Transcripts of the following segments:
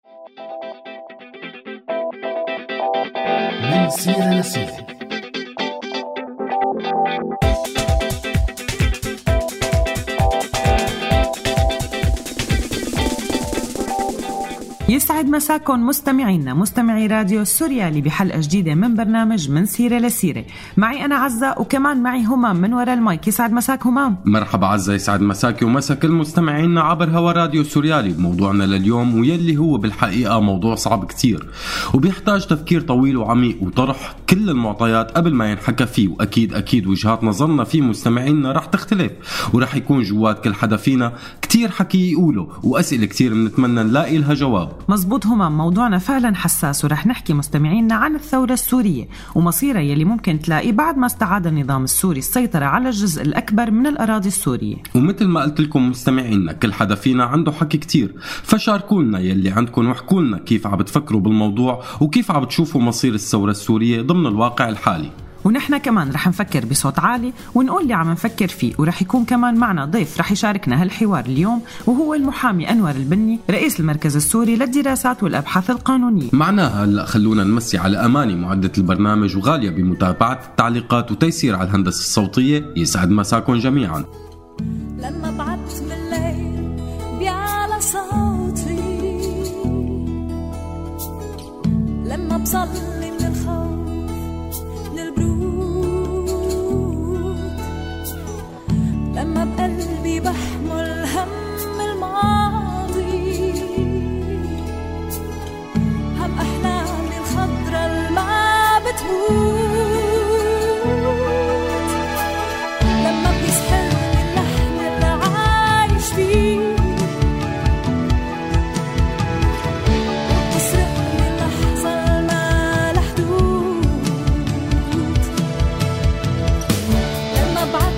من سيرة لسيرة. يسعد مساكم مستمعينا مستمعي راديو سوريالي بحلقة جديدة من برنامج من سيرة لسيرة. معي أنا عزة وكمان معي همام من وراء المايك. يسعد مساك همام. مرحبا عزة، يسعد مساكي ومساك المستمعين عبر هوا راديو سوريالي. موضوعنا لليوم ويلي هو بالحقيقة موضوع صعب كتير وبيحتاج تفكير طويل وعميق وطرح كل المعطيات قبل ما ينحكى فيه، وأكيد وجهات نظرنا فيه مستمعينا رح تختلف، ورح يكون جوات كل حدا فينا كتير حكي يقوله وأسئلة كتير بنتمنى نلاقي لها جواب. مزبوط همام، موضوعنا فعلا حساس ورح نحكي مستمعينا عن الثورة السورية ومصيرها يلي ممكن تلاقي بعد ما استعاد النظام السوري السيطرة على الجزء الأكبر من الأراضي السورية. ومثل ما قلت لكم مستمعينا كل حدا فينا عنده حكي كتير، فشاركونا يلي عندكم واحكولنا كيف عم بتفكروا بالموضوع وكيف عم بتشوفوا مصير الثورة السورية ضمن الواقع الحالي. ونحن كمان رح نفكر بصوت عالي ونقول اللي عم نفكر فيه، ورح يكون كمان معنا ضيف رح يشاركنا هالحوار اليوم، وهو المحامي أنور البني رئيس المركز السوري للدراسات والأبحاث القانونية. معناها هلأ خلونا نمسي على أماني معدة البرنامج وغالية بمتابعة التعليقات وتيسير على الهندسة الصوتية. يسعد مساكم جميعا. لما بعت من الليل بيعلى صوتي، لما بصلي من الخوف لما بقلبي بحمل هم الماضي، هم أحلامي الخضرة الما بتموت، لما بيسحرني اللحن اللي عايش فيه، بتسرقني اللحظة الما لها حدود، لما بعت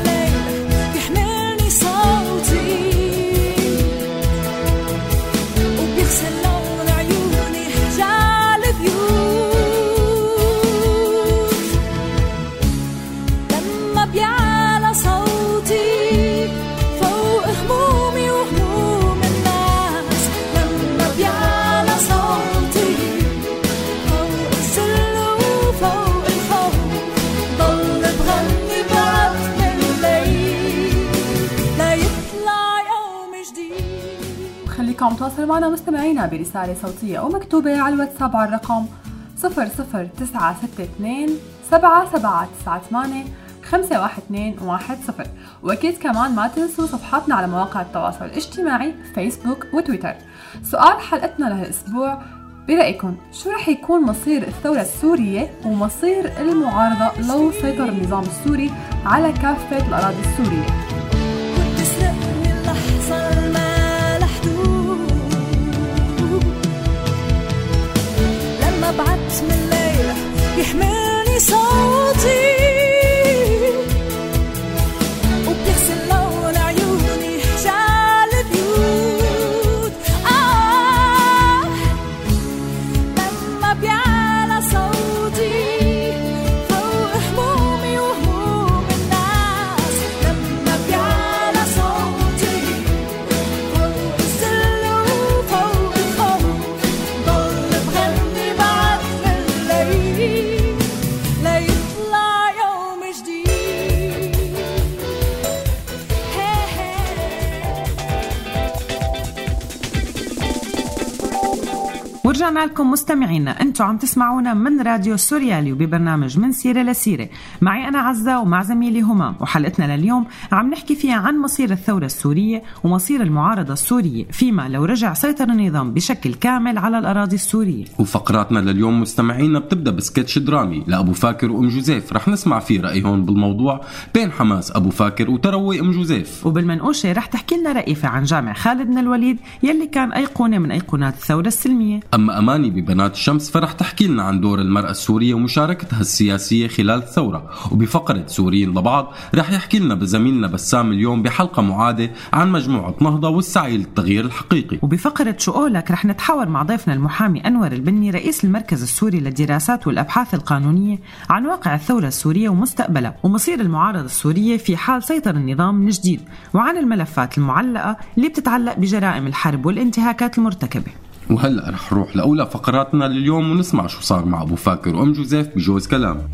عم تواصلوا معنا مستمعينا برسالة صوتية أو مكتوبة على الواتساب على الرقم 00962 7798 51210. وأكيد كمان ما تنسوا صفحاتنا على مواقع التواصل الاجتماعي فيسبوك وتويتر. سؤال حلقتنا لهالأسبوع، برأيكم شو رح يكون مصير الثورة السورية ومصير المعارضة لو سيطر النظام السوري على كافة الأراضي السورية؟ بعت من الليل يحملني صوتي، وبيغسل لون عيوني حجال بيوت، لما بيعلى صوتي فوق همومي وهموم الناس، لما بيعلى صوتي فوق الذل وفوق الخوف، ضل بغني لا يطلع يوم جديد. ورجعنا لكم مستمعينا، انتوا عم تسمعونا من راديو سوريالي وببرنامج من سيرة لسيرة. معي أنا عزة ومع زميلي همام، وحلقتنا لليوم عم نحكي فيها عن مصير الثورة السورية ومصير المعارضة السورية فيما لو رجع سيطر النظام بشكل كامل على الأراضي السورية. وفقراتنا لليوم مستمعينا بتبدأ بسكتش درامي لأبو فاكر وأم جوزيف، رح نسمع فيه رأيهم بالموضوع بين حماس أبو فاكر وتروي أم جوزيف. وبالمنقوشة رح تحكي لنا رئيفة عن جامع خالد بن الوليد يلي كان أيقونة من أيقونات الثورة السلمية. أما أماني ببنات الشمس فرح تحكي لنا عن دور المرأة السورية ومشاركتها السياسية خلال الثورة. وبفقرة سوريين لبعض رح يحكي لنا بزميلنا بسام اليوم بحلقة معادة عن مجموعة نهضة والسعي للتغيير الحقيقي. وبفقرة شو قولك رح نتحاور مع ضيفنا المحامي أنور البني رئيس المركز السوري للدراسات والأبحاث القانونية عن واقع الثورة السورية ومستقبلها ومصير المعارضة السورية في حال سيطر النظام من جديد، وعن الملفات المعلقة اللي بتتعلق بجرائم الحرب والانتهاكات المرتكبة. وهلأ رح نروح لأولى فقراتنا لليوم ونسمع شو صار مع أبو فاكر وأم جوزيف بجوز كلام.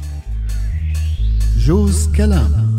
جوز كلام.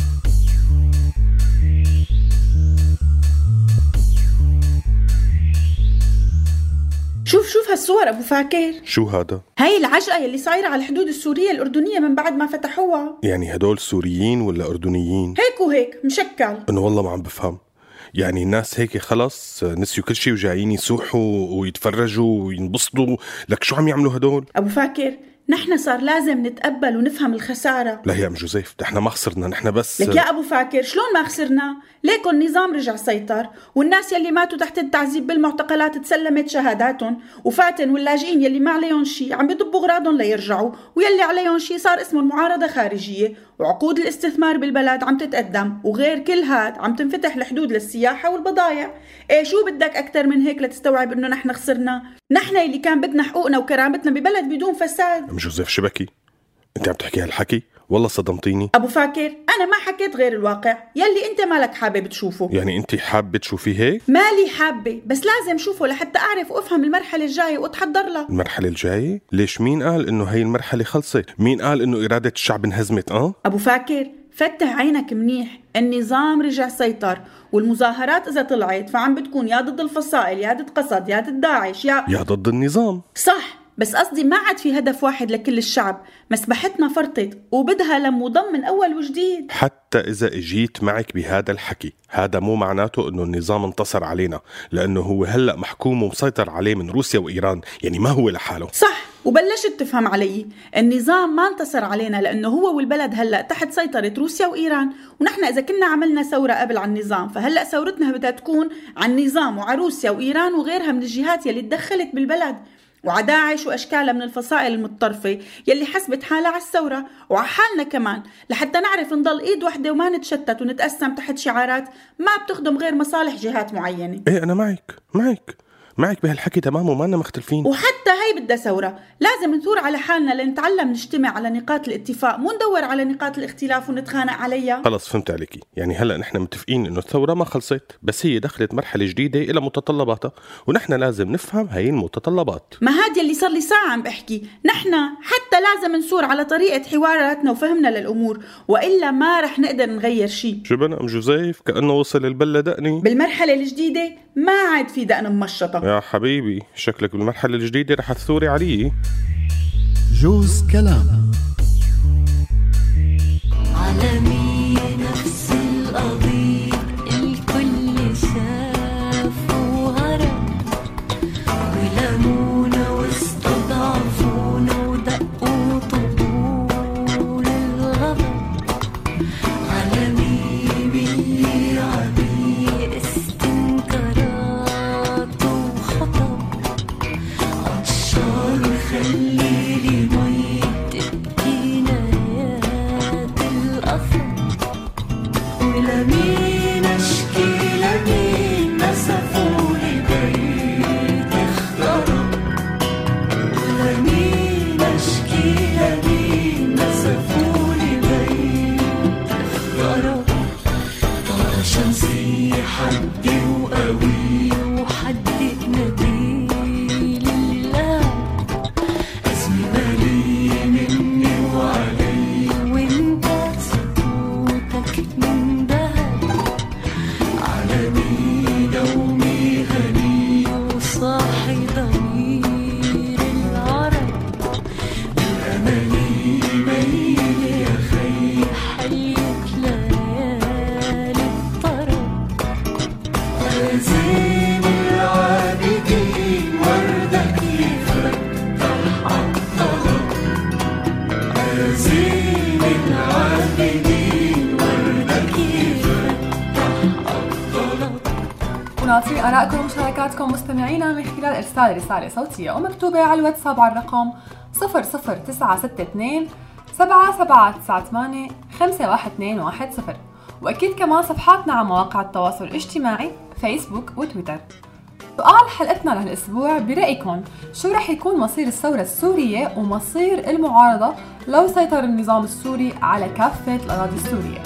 شوف هالصور أبو فاكر. شو هذا؟ هاي العجقة يلي صايرة على الحدود السورية الأردنية من بعد ما فتحوها. يعني هدول سوريين ولا أردنيين؟ هيك وهيك مشكل. أنا والله ما عم بفهم. يعني الناس هيك خلص نسيوا كل شيء وجايين يسوحوا ويتفرجوا وينبسطوا. لك شو عم يعملوا هدول؟ أبو فاكر نحن صار لازم نتقبل ونفهم الخسارة. لا يا أم جوزيف، نحن ما خسرنا، نحن بس لك يا أبو فاكر شلون ما خسرنا؟ ليكن النظام رجع سيطر والناس يلي ماتوا تحت التعذيب بالمعتقلات تسلمت شهاداتهم، وفاتن واللاجئين يلي ما عليهم شيء عم بيضبوا غراضهم ليرجعوا، ويلي عليهم شيء صار اسمه المعارضة خارجية، وعقود الاستثمار بالبلد عم تتقدم، وغير كل هاد عم تنفتح الحدود للسياحة والبضائع. ايه شو بدك أكتر من هيك لتستوعب إنه نحن خسرنا؟ نحن يلي كان بدنا حقوقنا وكرامتنا ببلد بدون فساد. أم جوزيف شبكي، أنت عم تحكي هالحكي؟ والله صدمتيني. أبو فاكر أنا ما حكيت غير الواقع يلي أنت مالك حابب تشوفه. يعني أنت حابة تشوفي هيك؟ مالي حابة، بس لازم شوفه لحتى أعرف وأفهم المرحلة الجاية وأتحضر لها. المرحلة الجاية؟ ليش مين قال إنه هاي المرحلة خلصت؟ مين قال إنه إرادة الشعب انهزمت؟ أبو فاكر فتح عينك منيح، النظام رجع سيطر، والمظاهرات إذا طلعت فعم بتكون يا ضد الفصائل يا ضد قصد يا ضد داعش يا ضد النظام. صح، بس قصدي ما عاد في هدف واحد لكل الشعب، مسبحتنا فرطت وبدها لم وضم من أول وجديد. حتى إذا اجيت معك بهذا الحكي، هذا مو معناته إنه النظام انتصر علينا، لأنه هو هلأ محكوم ومسيطر عليه من روسيا وإيران، يعني ما هو لحاله. صح، وبلشت تفهم علي. النظام ما انتصر علينا لأنه هو والبلد هلأ تحت سيطرة روسيا وإيران، ونحن إذا كنا عملنا ثورة قبل عن النظام فهلأ ثورتنا بدها تكون عن النظام وعن روسيا وإيران وغيرها من الجهات يلي تدخلت بالبلد، وعداعش وأشكالها من الفصائل المتطرفة يلي حسبت حالها على الثورة وعحالنا كمان، لحتى نعرف نضل إيد واحدة وما نتشتت ونتقسم تحت شعارات ما بتخدم غير مصالح جهات معينة. إيه أنا معك بهالحكي تمام وما مختلفين. وحتى هاي بدها ثورة، لازم نثور على حالنا لنتعلم نجتمع على نقاط الاتفاق، مو ندور على نقاط الاختلاف ونتخانق عليها. خلص فهمت عليكي، يعني هلأ نحن متفقين إنه الثورة ما خلصت، بس هي دخلت مرحلة جديدة إلى متطلباتها، ونحن لازم نفهم هاي المتطلبات. ما هاد اللي صار لي ساعة عم بحكي، نحن حتى لازم نثور على طريقة حواراتنا وفهمنا للأمور، وإلا ما رح نقدر نغير شيء. شو بنا أم جوزيف كأنه وصل البلة دقني. بالمرحلة الجديدة ما عاد في دقن ممشطة يا حبيبي، شكلك بالمرحلة الجديدة رح تثوري علي. جوز كلام. عالمي نفس القضية الكل شاف وهرب، ولمونا واستضعفونا ودقوا طبول الغضب. عالمي باللي عبي استنكرات وخطب، عطشان خليلي مي تبكي نهايات القصب. ولمين اشكي لمين مسفولي بيت اخترب، ولمين اشكي لمين مسفولي بيت اخترب. طلع شمسي حدي وقوي وحدي نبيل الله، اسمي مالي مني وعلي وانت صوتك من دهب. عالمي دومي غني وصاحي ضمير العرب، الأماني ميل يا خي حليت ليالي الطرب. زين العابدين وردك يفتح عالطلب، زين العابدين وردك يفتح عالطلب. وناطرين آرائكم ومشاركاتكم مستمعينا من خلال إرسال رسالة صوتية ومكتوبة على الواتساب على الرقم 00962 7798 51210، وأكيد كمان صفحاتنا على مواقع التواصل الاجتماعي فيسبوك وتويتر. سؤال حلقتنا لهالأسبوع، برأيكم شو رح يكون مصير الثورة السورية ومصير المعارضة لو سيطر النظام السوري على كافة الأراضي السورية؟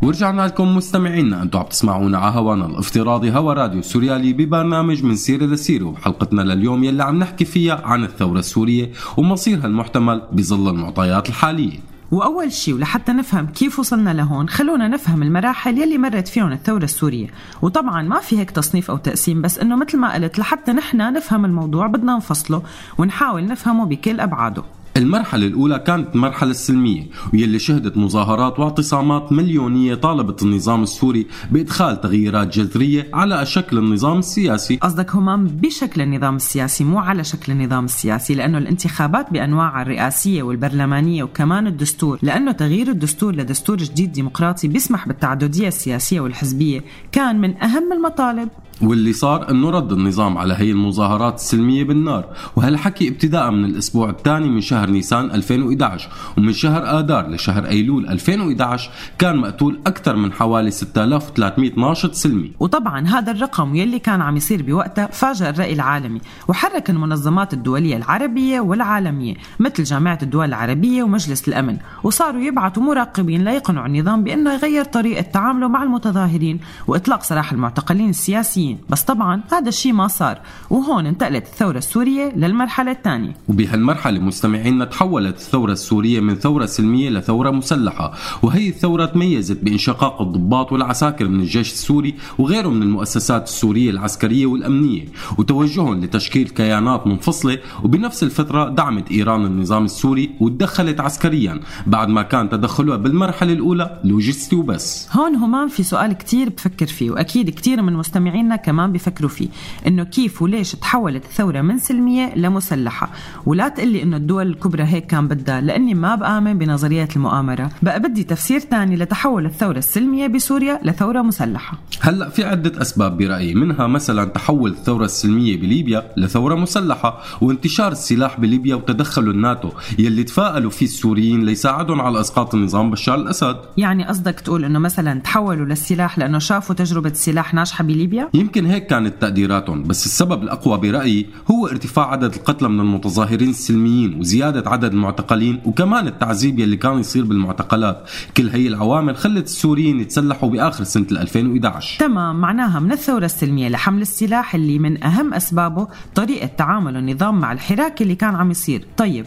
ورجعنا لكم مستمعينا، انتم عم تسمعونا على هوانا الافتراضي هوا راديو سوريالي ببرنامج من سيرة لسيرة، وبحلقتنا لليوم يلي عم نحكي فيها عن الثورة السورية ومصيرها المحتمل بظل المعطيات الحالية. وأول شيء ولحتى نفهم كيف وصلنا لهون خلونا نفهم المراحل يلي مرت فيهم الثورة السورية. وطبعا ما في هيك تصنيف أو تقسيم، بس إنه مثل ما قلت لحتى نحن نفهم الموضوع بدنا نفصله ونحاول نفهمه بكل أبعاده. المرحلة الأولى كانت المرحلة السلمية، ويلي شهدت مظاهرات واعتصامات مليونية طالبت النظام السوري بإدخال تغييرات جذرية على شكل النظام السياسي. قصدك همام بشكل النظام السياسي مو على شكل النظام السياسي، لأنه الانتخابات بأنواعها الرئاسية والبرلمانية وكمان الدستور، لأنه تغيير الدستور لدستور جديد ديمقراطي بيسمح بالتعددية السياسية والحزبية كان من أهم المطالب. واللي صار انه رد النظام على هي المظاهرات السلمية بالنار، وهالحكي ابتداء من الاسبوع الثاني من شهر نيسان 2011، ومن شهر آذار لشهر ايلول 2011 كان مقتول اكثر من حوالي 6300 ناشط سلمي. وطبعا هذا الرقم يلي كان عم يصير بوقتها فاجأ الرأي العالمي، وحرك المنظمات الدولية العربية والعالمية مثل جامعة الدول العربية ومجلس الأمن، وصاروا يبعثوا مراقبين ليقنعوا النظام بأنه يغير طريقة تعامله مع المتظاهرين وإطلاق سراح المعتقلين السياسيين. بس طبعا هذا الشيء ما صار، وهون انتقلت الثورة السورية للمرحلة الثانية. وبهالمرحلة مستمعينا تحولت الثورة السورية من ثورة سلمية لثورة مسلحة، وهي الثورة تميزت بانشقاق الضباط والعساكر من الجيش السوري وغيره من المؤسسات السورية العسكرية والأمنية، وتوجههم لتشكيل كيانات منفصلة. وبنفس الفترة دعمت إيران النظام السوري وتدخلت عسكريا بعد ما كان تدخلها بالمرحلة الأولى لوجستي وبس. هون همام في سؤال كتير بفكر فيه، وأكيد كتير من مستمعينا كمان بيفكروا فيه، إنه كيف وليش تحولت الثورة من سلمية لمسلحة. ولا تقلي إنه الدول الكبرى هيك كان بدها، لأني ما بآمن بنظريات المؤامرة، بقى بدي تفسير تاني لتحول الثورة السلمية بسوريا لثورة مسلحة. هلأ في عدة أسباب برأيي، منها مثلا تحول الثورة السلمية بليبيا لثورة مسلحة، وانتشار السلاح بليبيا وتدخل الناتو يلي تفاءلوا فيه السوريين ليساعدهم على إسقاط النظام بشار الأسد. يعني قصدك تقول إنه مثلا تحولوا للسلاح لأنه شافوا تجربة السلاح ناجحة بليبيا؟ يمكن هيك كانت تقديراتهم، بس السبب الأقوى برأيي هو ارتفاع عدد القتلى من المتظاهرين السلميين وزيادة عدد المعتقلين، وكمان التعذيب يلي كان يصير بالمعتقلات. كل هي العوامل خلت السوريين يتسلحوا بآخر سنة 2011. تمام، معناها من الثورة السلمية لحمل السلاح اللي من أهم أسبابه طريقة تعامل النظام مع الحراك اللي كان عم يصير. طيب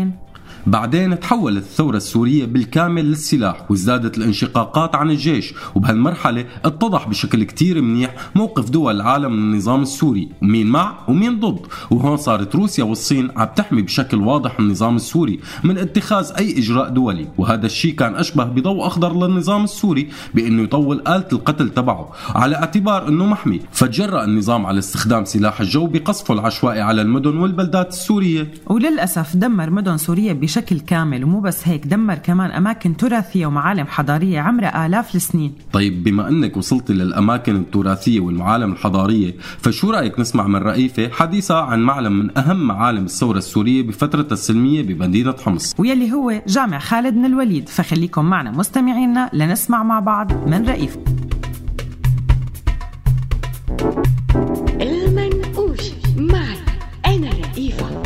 بعدين تحولت الثورة السورية بالكامل للسلاح وازدادت الانشقاقات عن الجيش، وبهالمرحلة اتضح بشكل كتير منيح موقف دول العالم من النظام السوري، ومين مع ومين ضد. وهون صارت روسيا والصين عم تحمي بشكل واضح النظام السوري من اتخاذ أي إجراء دولي، وهذا الشيء كان أشبه بضوء أخضر للنظام السوري بأنه يطول آلة القتل تبعه على اعتبار أنه محمي. فتجرأ النظام على استخدام سلاح الجو بقصفه العشوائي على المدن والبلدات السورية، وللأسف دمر مدن سوريا بشكل كامل. ومو بس هيك، دمر كمان أماكن تراثية ومعالم حضارية عمرها آلاف السنين. طيب بما أنك وصلت للأماكن التراثية والمعالم الحضارية، فشو رأيك نسمع من رئيفة حديثة عن معلم من أهم معالم الثورة السورية بفترة السلمية بمدينة حمص، ويلي هو جامع خالد بن الوليد. فخليكم معنا مستمعينا لنسمع مع بعض من رئيفة. المنقوش معي أنا رئيفة.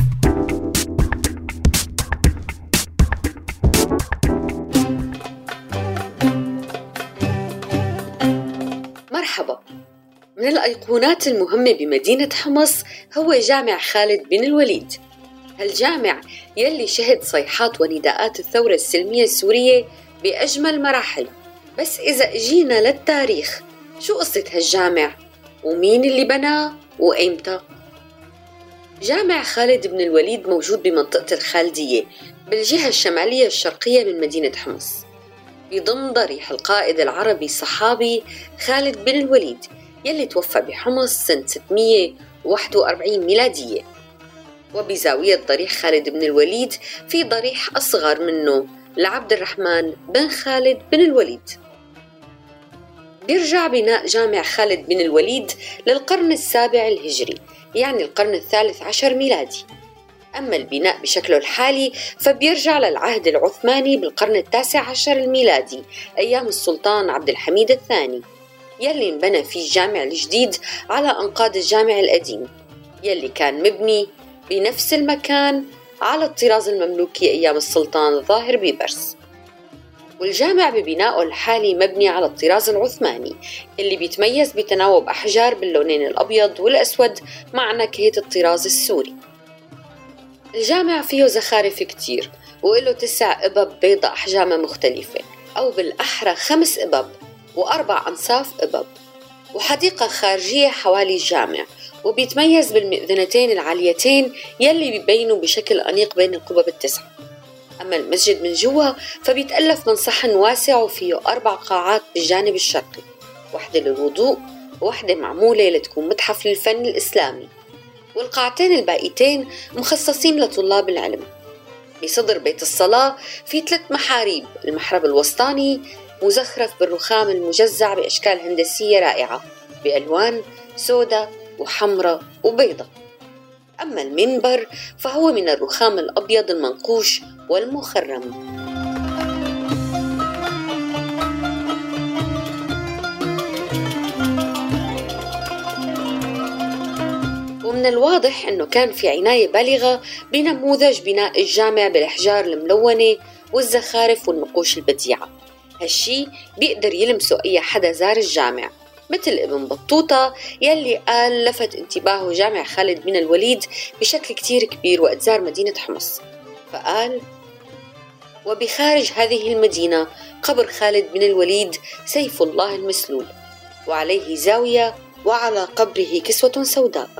مرحبا. من الأيقونات المهمة بمدينة حمص هو جامع خالد بن الوليد. هالجامع يلي شهد صيحات ونداءات الثورة السلمية السورية بأجمل مراحلها. بس إذا جينا للتاريخ، شو قصة هالجامع ومين اللي بناه وإمتى؟ جامع خالد بن الوليد موجود بمنطقة الخالدية بالجهة الشمالية الشرقية من مدينة حمص، بضم ضريح القائد العربي الصحابي خالد بن الوليد يلي توفى بحمص سنة 641 ميلادية. وبزاوية ضريح خالد بن الوليد في ضريح أصغر منه لعبد الرحمن بن خالد بن الوليد. بيرجع بناء جامع خالد بن الوليد للقرن السابع الهجري، يعني القرن الثالث عشر ميلادي. أما البناء بشكله الحالي فبيرجع للعهد العثماني بالقرن التاسع عشر الميلادي، أيام السلطان عبد الحميد الثاني، يلي انبنى فيه الجامع الجديد على أنقاض الجامع القديم يلي كان مبني بنفس المكان على الطراز المملوكي أيام السلطان الظاهر بيبرس. والجامع ببنائه الحالي مبني على الطراز العثماني اللي بيتميز بتناوب أحجار باللونين الأبيض والأسود مع نكهة الطراز السوري. الجامع فيه زخارف كتير وله 9 إبب بيضاء أحجامها مختلفة، أو بالأحرى 5 إبب و4 أنصاف إبب، وحديقة خارجية حوالي الجامع، وبيتميز بالمئذنتين العاليتين يلي بيبينوا بشكل أنيق بين القبب ال9. أما المسجد من جوا فبيتألف من صحن واسع وفيه 4 قاعات بالجانب الشرقي، واحدة للوضوء وواحدة معمولة لتكون متحف للفن الإسلامي، والقاعتين الباقيتين مخصصين لطلاب العلم. بصدر بيت الصلاة في 3 محاريب، المحراب الوسطاني مزخرف بالرخام المجزع بأشكال هندسية رائعة بألوان سوداء وحمراء وبيضة. أما المنبر فهو من الرخام الأبيض المنقوش والمخرم. ومن الواضح أنه كان في عناية بالغة بنموذج بناء الجامع بالأحجار الملونة والزخارف والنقوش البديعة. هالشي بيقدر يلمسه أي حدا زار الجامع، مثل ابن بطوطة يلي قال لفت انتباهه جامع خالد بن الوليد بشكل كتير كبير وقت زار مدينة حمص، فقال: وبخارج هذه المدينة قبر خالد بن الوليد سيف الله المسلول، وعليه زاوية، وعلى قبره كسوة سوداء.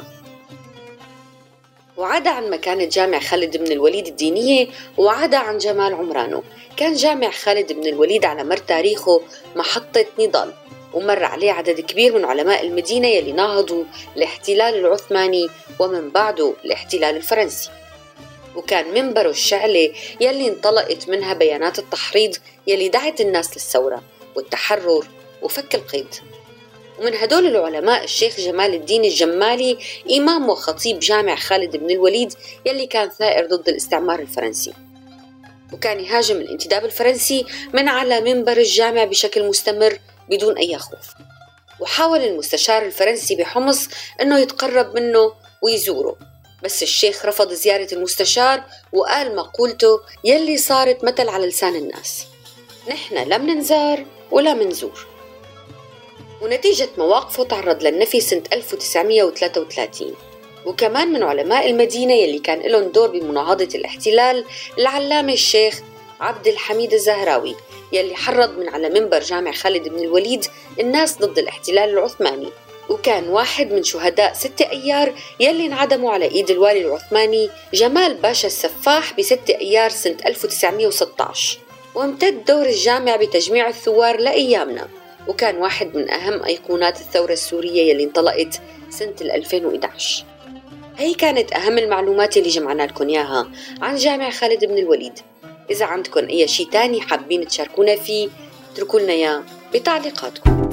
وعدا عن مكانة جامع خالد بن الوليد الدينية، وعدا عن جمال عمرانه، كان جامع خالد بن الوليد على مر تاريخه محطة نضال، ومر عليه عدد كبير من علماء المدينة يلي ناهضوا الاحتلال العثماني ومن بعده الاحتلال الفرنسي. وكان منبره الشعلة يلي انطلقت منها بيانات التحريض يلي دعت الناس للثورة والتحرر وفك القيد. ومن هدول العلماء الشيخ جمال الدين الجمالي، إمام وخطيب جامع خالد بن الوليد يلي كان ثائر ضد الاستعمار الفرنسي، وكان يهاجم الانتداب الفرنسي من على منبر الجامع بشكل مستمر بدون أي خوف. وحاول المستشار الفرنسي بحمص أنه يتقرب منه ويزوره، بس الشيخ رفض زيارة المستشار وقال مقولته يلي صارت مثل على لسان الناس: نحن لا مننزار ولا منزور. ونتيجة مواقفه تعرض للنفي سنة 1933. وكمان من علماء المدينة يلي كان لهم دور بمناهضة الاحتلال العلامة الشيخ عبد الحميد الزهراوي يلي حرض من على منبر جامع خالد بن الوليد الناس ضد الاحتلال العثماني، وكان واحد من شهداء 6 أيار يلي انعدموا على إيد الوالي العثماني جمال باشا السفاح ب6 أيار سنة 1916. وامتد دور الجامع بتجميع الثوار لأيامنا، وكان واحد من أهم أيقونات الثورة السورية يلي انطلقت سنة 2011. هي كانت أهم المعلومات اللي جمعنا لكم إياها عن جامع خالد بن الوليد. إذا عندكم أي شيء تاني حابين تشاركونا فيه اتركوا لنا إياه بتعليقاتكم.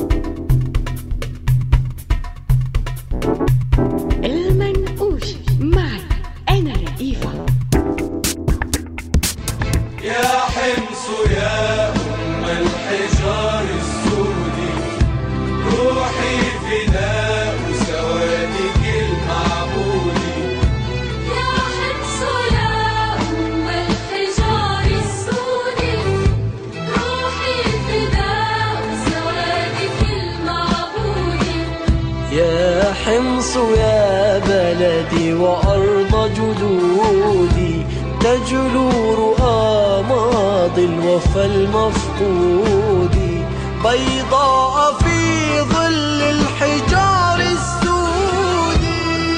المنقوش معي أنا رئيفة. يا حمص يا أم الحجار السودي، روحي فداء سوادك المعبودي. يا حمص يا أم الحجار السودي، روحي فداء سوادك المعبودي. يا حمص يا بلدي وأرض جدودي، تجلو رؤى ماضي الوفا المفقود، بيضاء في ظل الحجار السودي.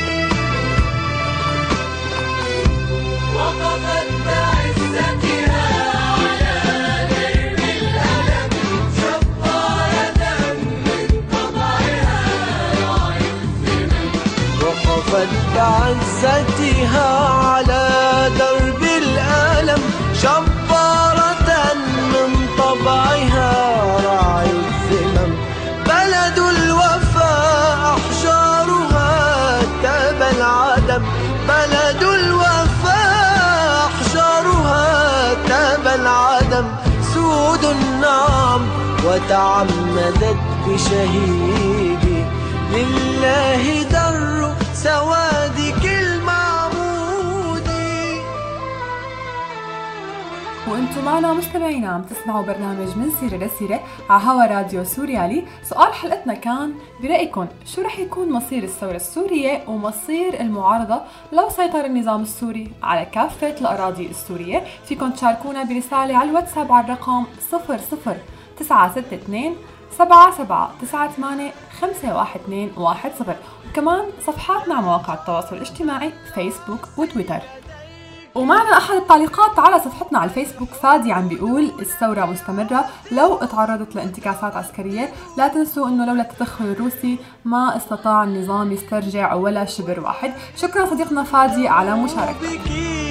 وقفت بعزتها على درب الألم، جبارة من طبعها راعي الزمن. وقفت بعزتها على درب الألم، جبارة من طبعها راعي الذمم. بلد الوفاء أحجارها تاب العدم، بلد الوفاء أحجارها تاب العدم. سود النعم وتعمدت بشهيدي، لله در سوادك المعبودي. وانتم معنا مستمعينا عم تسمعوا برنامج من سيرة لسيرة على هوا راديو سوريالي. سؤال حلقتنا كان برأيكم شو رح يكون مصير الثورة السورية ومصير المعارضة لو سيطر النظام السوري على كافة الأراضي السورية؟ فيكم تشاركونا برسالة على الواتساب على الرقم 00962 7798 51210 وكمان صفحاتنا على مواقع التواصل الاجتماعي فيسبوك وتويتر. ومعنا أحد التعليقات على صفحتنا على الفيسبوك، فادي عم بيقول الثورة مستمرة لو اتعرضت لانتكاسات عسكرية. لا تنسوا أنه لولا التدخل الروسي ما استطاع النظام يسترجع ولا شبر واحد. شكرا صديقنا فادي على مشاركتك.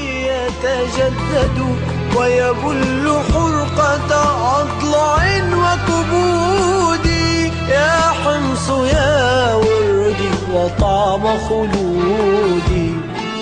يتجدد ويبل حرقة أضلع وكبود يا حمص يا وردي وطعم خلودي.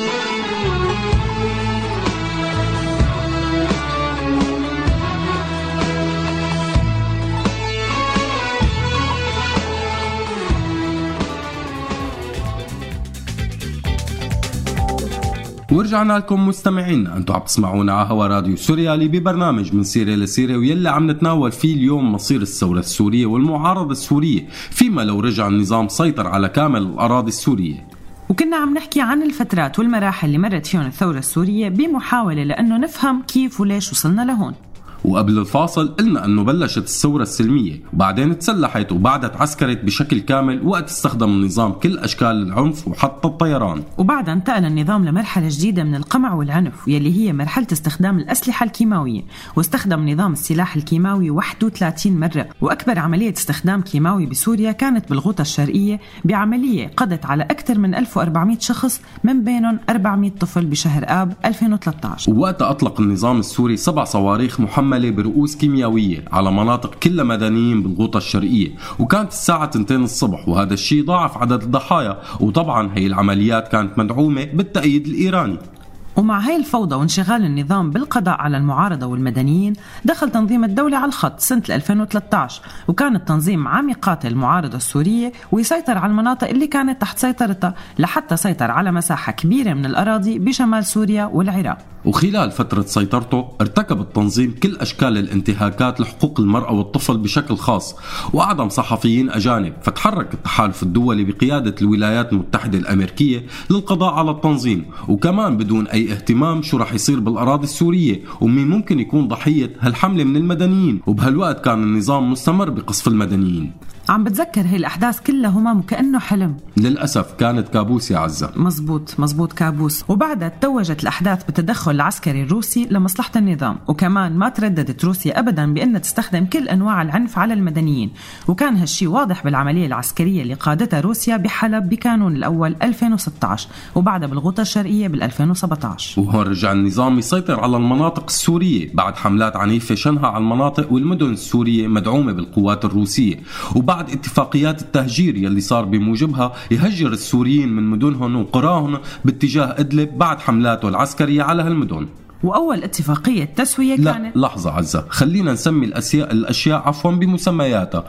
ورجعنا لكم مستمعينا، انتم عم تسمعونا على هوا راديو سوريالي ببرنامج من سيرة لسيرة، ويلي عم نتناول فيه اليوم مصير الثورة السورية والمعارضة السورية فيما لو رجع النظام سيطر على كامل الأراضي السورية. وكنا عم نحكي عن الفترات والمراحل اللي مرت فيهم الثورة السورية بمحاولة لأنه نفهم كيف وليش وصلنا لهون. وقبل الفاصل قلنا أنه بلشت الثورة السلمية وبعدين تسلحت وبعدها تعسكرت بشكل كامل وقت استخدم النظام كل أشكال العنف وحتى الطيران. وبعدها انتقل النظام لمرحلة جديدة من القمع والعنف يلي هي مرحلة استخدام الأسلحة الكيماوية، واستخدم نظام السلاح الكيماوي 31 مرة. وأكبر عملية استخدام كيماوي بسوريا كانت بالغوطة الشرقية بعملية قضت على أكثر من 1400 شخص من بينهم 400 طفل بشهر آب 2013. ووقت أطلق النظام السوري 7 صواريخ محملة برؤوس كيميائية على مناطق كلها مدنيين بالغوطة الشرقية، وكانت الساعة 2 الصبح، وهذا الشيء ضاعف عدد الضحايا. وطبعا هي العمليات كانت مدعومة بالتأييد الإيراني. ومع هاي الفوضى وانشغال النظام بالقضاء على المعارضة والمدنيين دخل تنظيم الدولة على الخط سنة 2013، وكان التنظيم عم يقاتل المعارضة السورية ويسيطر على المناطق اللي كانت تحت سيطرتها لحتى سيطر على مساحة كبيرة من الأراضي بشمال سوريا والعراق. وخلال فترة سيطرته ارتكب التنظيم كل أشكال الانتهاكات لحقوق المرأة والطفل بشكل خاص، وأعدم صحفيين أجانب. فتحرك التحالف الدولي بقيادة الولايات المتحدة الأمريكية للقضاء على التنظيم، وكمان بدون أي اهتمام شو رح يصير بالأراضي السورية ومين ممكن يكون ضحية هالحملة من المدنيين. وبهالوقت كان النظام مستمر بقصف المدنيين. عم بتذكر هي الأحداث كلها همام وكأنه حلم. للأسف كانت كابوس يا عزة. مزبوط كابوس. وبعدها توجت الأحداث بالتدخل العسكري الروسي لمصلحة النظام، وكمان ما ترددت روسيا أبدا بأن تستخدم كل أنواع العنف على المدنيين، وكان هالشي واضح بالعملية العسكرية اللي قادتها روسيا بحلب بكانون الأول 2016 وبعدها بالغوطة الشرقية بال2017. وهون رجع النظام يسيطر على المناطق السورية بعد حملات عنيفة شنها على المناطق والمدن السورية مدعومة بالقوات الروسية، وبعد اتفاقيات التهجير يلي صار بموجبها يهجر السوريين من مدنهم وقراهم باتجاه إدلب بعد حملاته العسكرية على هالمدن. وأول اتفاقية تسوية كانت لحظة عزة، خلينا نسمي الأشياء اسمهم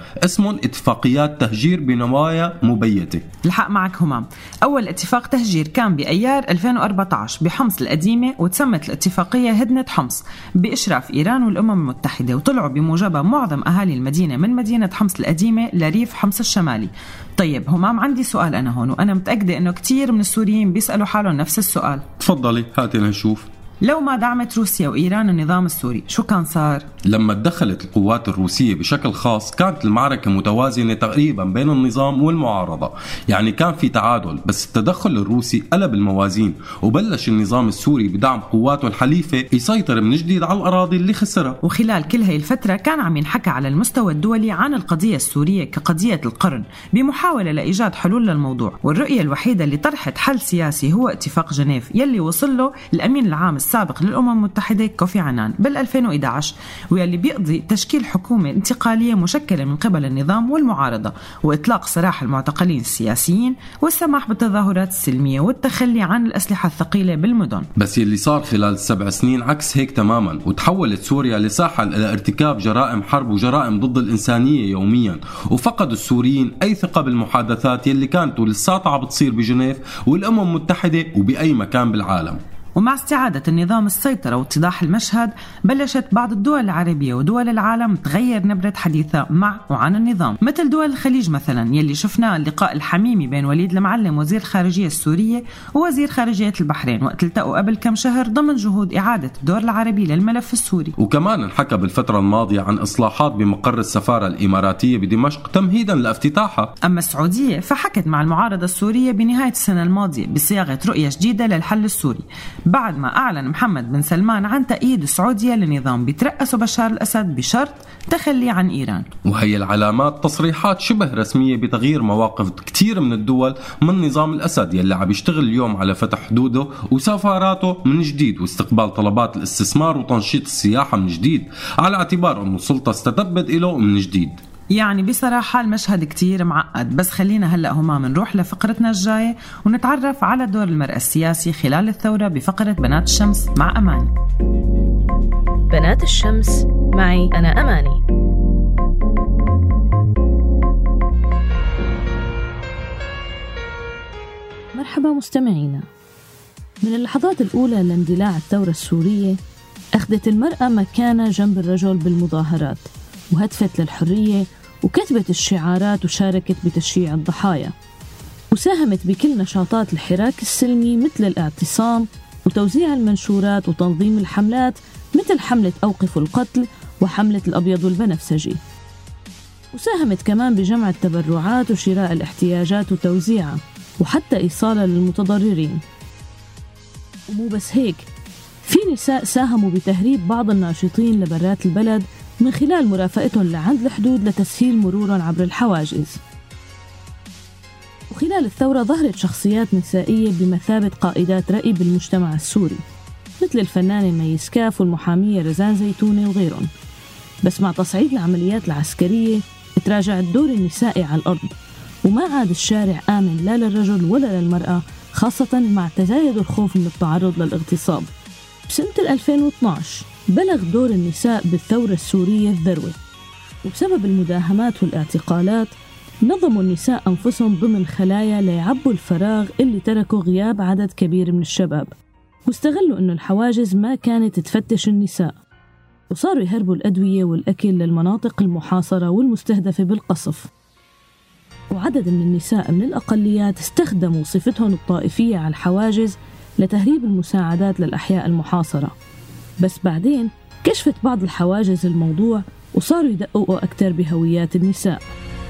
اتفاقيات تهجير بنوايا مبيتة. الحق معك همام. أول اتفاق تهجير كان بأيار 2014 بحمص القديمة، وتسمت الاتفاقية هدنة حمص بإشراف إيران والأمم المتحدة، وطلعوا بموجبها معظم أهالي المدينة من مدينة حمص القديمة لريف حمص الشمالي. طيب همام، عندي سؤال أنا هون، وأنا متأكدة أنه كتير من السوريين بيسألوا حالهم نفس السؤال. تفضلي هاتنا نشوف. لو ما دعمت روسيا وإيران النظام السوري شو كان صار؟ لما تدخلت القوات الروسية بشكل خاص كانت المعركة متوازنة تقريبا بين النظام والمعارضة، يعني كان في تعادل، بس التدخل الروسي قلب الموازين وبلش النظام السوري بدعم قواته الحليفة يسيطر من جديد على الأراضي اللي خسرها. وخلال كل هاي الفترة كان عم ينحكى على المستوى الدولي عن القضية السورية كقضية القرن بمحاولة لإيجاد حلول للموضوع، والرؤية الوحيدة اللي طرحت حل سياسي هو اتفاق جنيف يلي وصل له الأمين العام السابق للأمم المتحدة كوفي عنان بال2011، واللي بيقضي تشكيل حكومة انتقالية مشكلة من قبل النظام والمعارضة، وإطلاق سراح المعتقلين السياسيين، والسماح بالتظاهرات السلمية، والتخلي عن الأسلحة الثقيلة بالمدن. بس يلي صار خلال 7 سنين عكس هيك تماما، وتحولت سوريا لساحة لارتكاب جرائم حرب وجرائم ضد الإنسانية يوميا، وفقد السوريين أي ثقة بالمحادثات يلي كانت ولساتها عم بتصير بجنيف والأمم المتحدة وبأي مكان بالعالم. ومع استعادة النظام السيطرة واتضاح المشهد بلشت بعض الدول العربية ودول العالم تغير نبرة حديثها مع وعن النظام، مثل دول الخليج مثلا يلي شفنا اللقاء الحميمي بين وليد المعلم وزير الخارجية السورية ووزير خارجية البحرين وقت التقوا قبل كم شهر ضمن جهود إعادة الدور العربي للملف السوري. وكمان انحكى بالفترة الماضية عن إصلاحات بمقر السفارة الإماراتية بدمشق تمهيدا لافتتاحها. أما السعودية فحكت مع المعارضة السورية بنهاية السنة الماضية بصياغة رؤية جديدة للحل السوري بعد ما أعلن محمد بن سلمان عن تأييد السعودية لنظام بيترأسه بشار الأسد بشرط تخلي عن إيران. وهي العلامات تصريحات شبه رسمية بتغيير مواقف كتير من الدول من نظام الأسد يلي عم يشتغل اليوم على فتح حدوده وسفاراته من جديد واستقبال طلبات الاستثمار وتنشيط السياحة من جديد على اعتبار أن السلطة استتبت إله من جديد. يعني بصراحة المشهد كتير معقد، بس خلينا هلأ هما منروح لفقرتنا الجاية ونتعرف على دور المرأة السياسي خلال الثورة بفقرة بنات الشمس مع أماني. بنات الشمس معي أنا أماني. مرحبا مستمعينا. من اللحظات الأولى لاندلاع الثورة السورية أخذت المرأة مكانة جنب الرجل بالمظاهرات وهتفت للحرية وكتبت الشعارات وشاركت بتشييع الضحايا وساهمت بكل نشاطات الحراك السلمي مثل الاعتصام وتوزيع المنشورات وتنظيم الحملات مثل حملة أوقفوا القتل وحملة الأبيض والبنفسجي، وساهمت كمان بجمع التبرعات وشراء الاحتياجات وتوزيعها وحتى إيصالها للمتضررين. ومو بس هيك، في نساء ساهموا بتهريب بعض الناشطين لبرات البلد من خلال مرافقتهم لعند الحدود لتسهيل مرورهم عبر الحواجز. وخلال الثورة ظهرت شخصيات نسائية بمثابة قائدات رأي بالمجتمع السوري مثل الفنانة ميس كاف والمحامية رزان زيتونة وغيرهم. بس مع تصعيد العمليات العسكرية تراجع الدور النسائي على الأرض وما عاد الشارع آمن لا للرجل ولا للمرأة، خاصة مع تزايد الخوف من التعرض للاغتصاب. بسنة 2012 بلغ دور النساء بالثورة السورية الذروة، وبسبب المداهمات والاعتقالات نظموا النساء أنفسهم ضمن خلايا ليعبوا الفراغ اللي تركوا غياب عدد كبير من الشباب، واستغلوا أنه الحواجز ما كانت تفتش النساء، وصاروا يهربوا الأدوية والأكل للمناطق المحاصرة والمستهدفة بالقصف. وعدد من النساء من الأقليات استخدموا صفتهم الطائفية على الحواجز لتهريب المساعدات للأحياء المحاصرة. بس بعدين كشفت بعض الحواجز الموضوع وصاروا يدققوا أكثر بهويات النساء.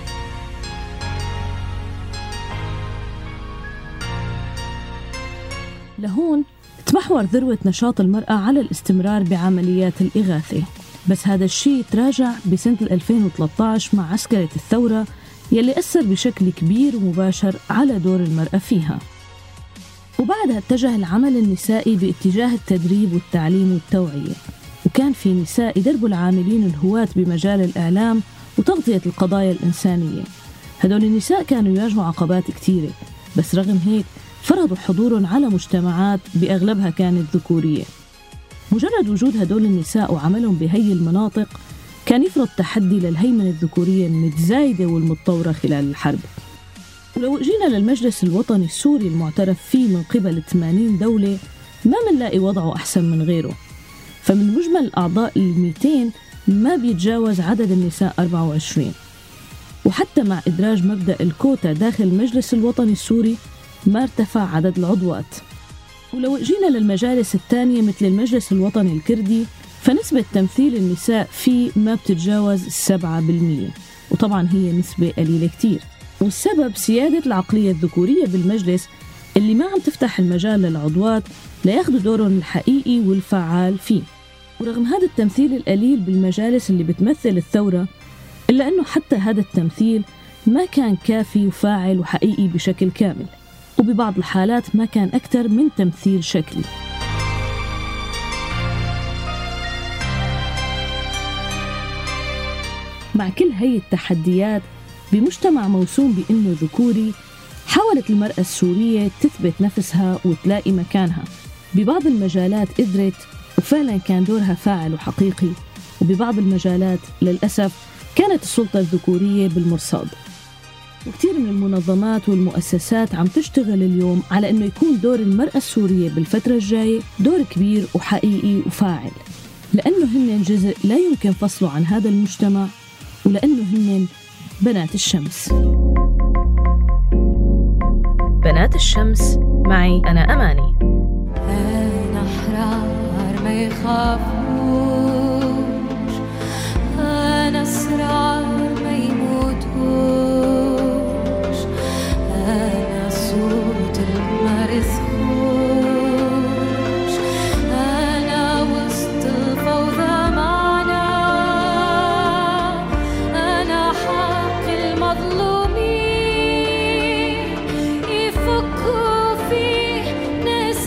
لهون تمحور ذروة نشاط المرأة على الاستمرار بعمليات الإغاثة، بس هذا الشيء تراجع بسنة 2013 مع عسكرة الثورة يلي أثر بشكل كبير ومباشر على دور المرأة فيها. وبعدها اتجه العمل النسائي باتجاه التدريب والتعليم والتوعية، وكان في نساء يدربوا العاملين الهواة بمجال الإعلام وتغطية القضايا الإنسانية. هدول النساء كانوا يواجهوا عقبات كتيرة، بس رغم هيك فرضوا حضورهم على مجتمعات بأغلبها كانت ذكورية. مجرد وجود هدول النساء وعملهم بهي المناطق كان يفرض تحدي للهيمنة الذكورية المتزايدة والمتطورة خلال الحرب. ولو جينا للمجلس الوطني السوري المعترف فيه من قبل 80 دولة ما منلاقي وضعه أحسن من غيره، فمن مجمل الأعضاء 200 ما بيتجاوز عدد النساء 24. وحتى مع إدراج مبدأ الكوتا داخل المجلس الوطني السوري ما ارتفع عدد العضوات. ولو جينا للمجالس الثانية مثل المجلس الوطني الكردي فنسبة تمثيل النساء فيه ما بتتجاوز 7%، وطبعا هي نسبة قليلة كتير، والسبب سيادة العقلية الذكورية بالمجلس اللي ما عم تفتح المجال للعضوات لياخدوا دورهم الحقيقي والفعال فيه. ورغم هذا التمثيل القليل بالمجالس اللي بتمثل الثورة، إلا أنه حتى هذا التمثيل ما كان كافي وفاعل وحقيقي بشكل كامل، وببعض الحالات ما كان أكثر من تمثيل شكلي. مع كل هي التحديات بمجتمع موسوم بأنه ذكوري، حاولت المرأة السورية تثبت نفسها وتلاقي مكانها. ببعض المجالات قدرت وفعلا كان دورها فاعل وحقيقي، وببعض المجالات للأسف كانت السلطة الذكورية بالمرصاد. وكتير من المنظمات والمؤسسات عم تشتغل اليوم على أنه يكون دور المرأة السورية بالفترة الجاية دور كبير وحقيقي وفاعل، لأنه هن جزء لا يمكن فصله عن هذا المجتمع، ولأنه هن بنات الشمس. بنات الشمس معي أنا أماني. أنا أحرار ما يخافوش، أنا أسرار ما يموتوش، أنا صوت المرثوش، أنا وسط الفوضى معنا، أنا حق المظلومين يفكوا فيه ناس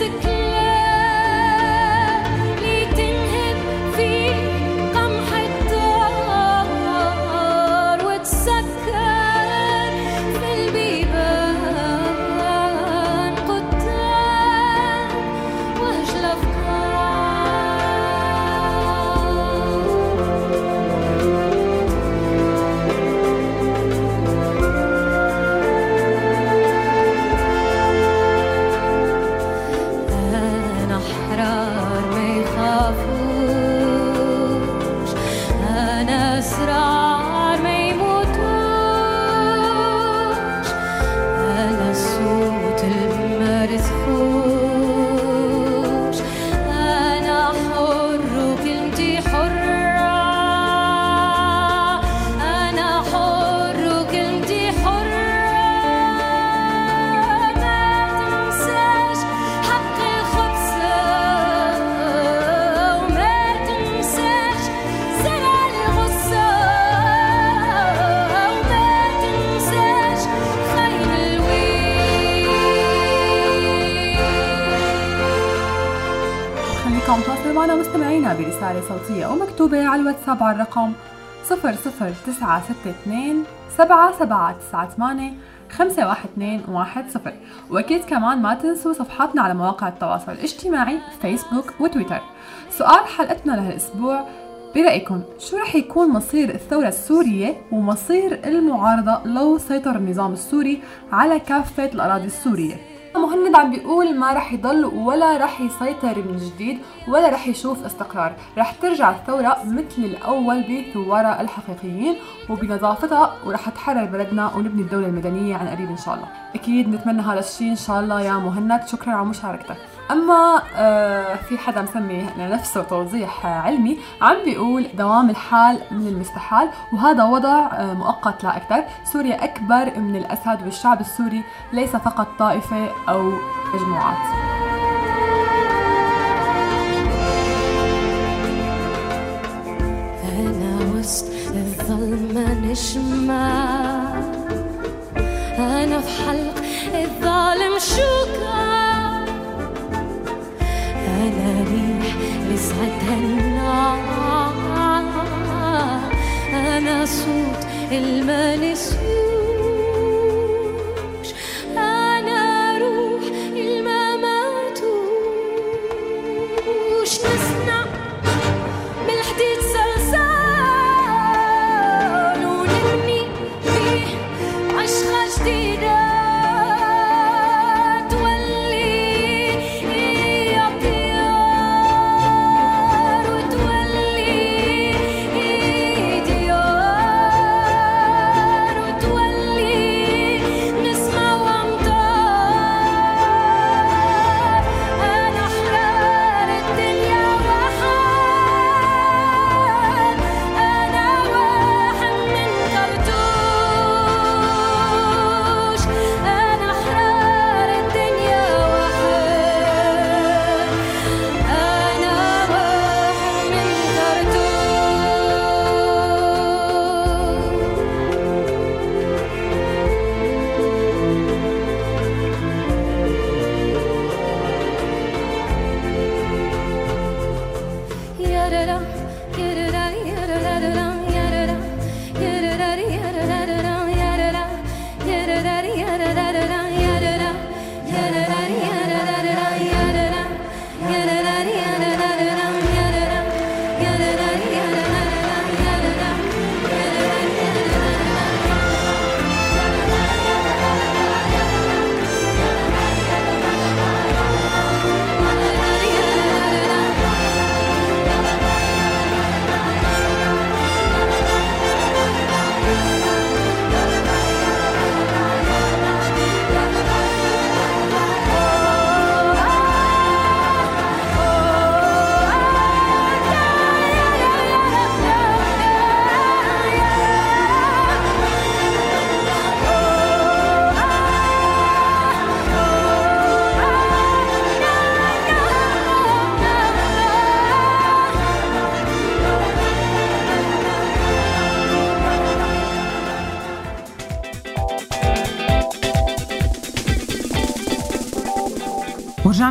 كلاب لتنهب فيه قمح الدار وتسكر في البيبان قدام وهج أنا أحرار ما يخافوش، أنا أسرار ما يموتوش، أنا صوت المرثوش، أنا حر وكلمتي حرة، أنا حر وكلمتي حرة، ما تنساش حق الخبزة وما تنساش زرع الغصة وما تنساش خير الويل. خليكم تواصلوا معنا مستمعينا برسالة صوتية أو مكتوبة على الواتساب على الرقم 00962 7798 51210. وأكيد كمان ما تنسوا صفحاتنا على مواقع التواصل الاجتماعي فيسبوك وتويتر. سؤال حلقتنا لهالأسبوع: برأيكم شو رح يكون مصير الثورة السورية ومصير المعارضة لو سيطر النظام السوري على كافة الأراضي السورية؟ مهند عم بيقول ما رح يضل ولا رح يسيطر من جديد ولا رح يشوف استقرار، رح ترجع الثورة مثل الأول بثوارها الحقيقيين وبنظافتها، ورح تحرر بلدنا ونبني الدولة المدنية عن قريب إن شاء الله. أكيد نتمنى هذا الشيء إن شاء الله يا مهند، شكرا على مشاركتك. أما في حدا مسمي لنفسه توضيح علمي عم بيقول دوام الحال من المستحال، وهذا وضع مؤقت لا أكثر. سوريا أكبر من الأسد، والشعب السوري ليس فقط طائفة أو مجموعات. أنا وسط الظلمة نجمة، أنا في حلق الظالم شوكة، أنا ريح لسعتها النار، أنا صوت المنسوش، أنا روح المماتوش، نصنع بالحديد صلصال ونبني فيه عشقة جديدة تولي يا طيار وتولي ديار وتولي نسمة وأمطار. أنا أحرار الدنيا وحال، أنا واحد من كرتوش، أنا أحرار الدنيا وحال، أنا واحد من كرتوش. يا رلا يا رلا يا رلا رلا يا رلا يا رلا يا رلا رلا يا رلا يا رلا يا رلا رلا يا رلا يا رلا يا رلا رلا يا رلا يا رلا يا رلا رلا يا رلا يا رلا يا رلا رلا يا رلا يا رلا يا رلا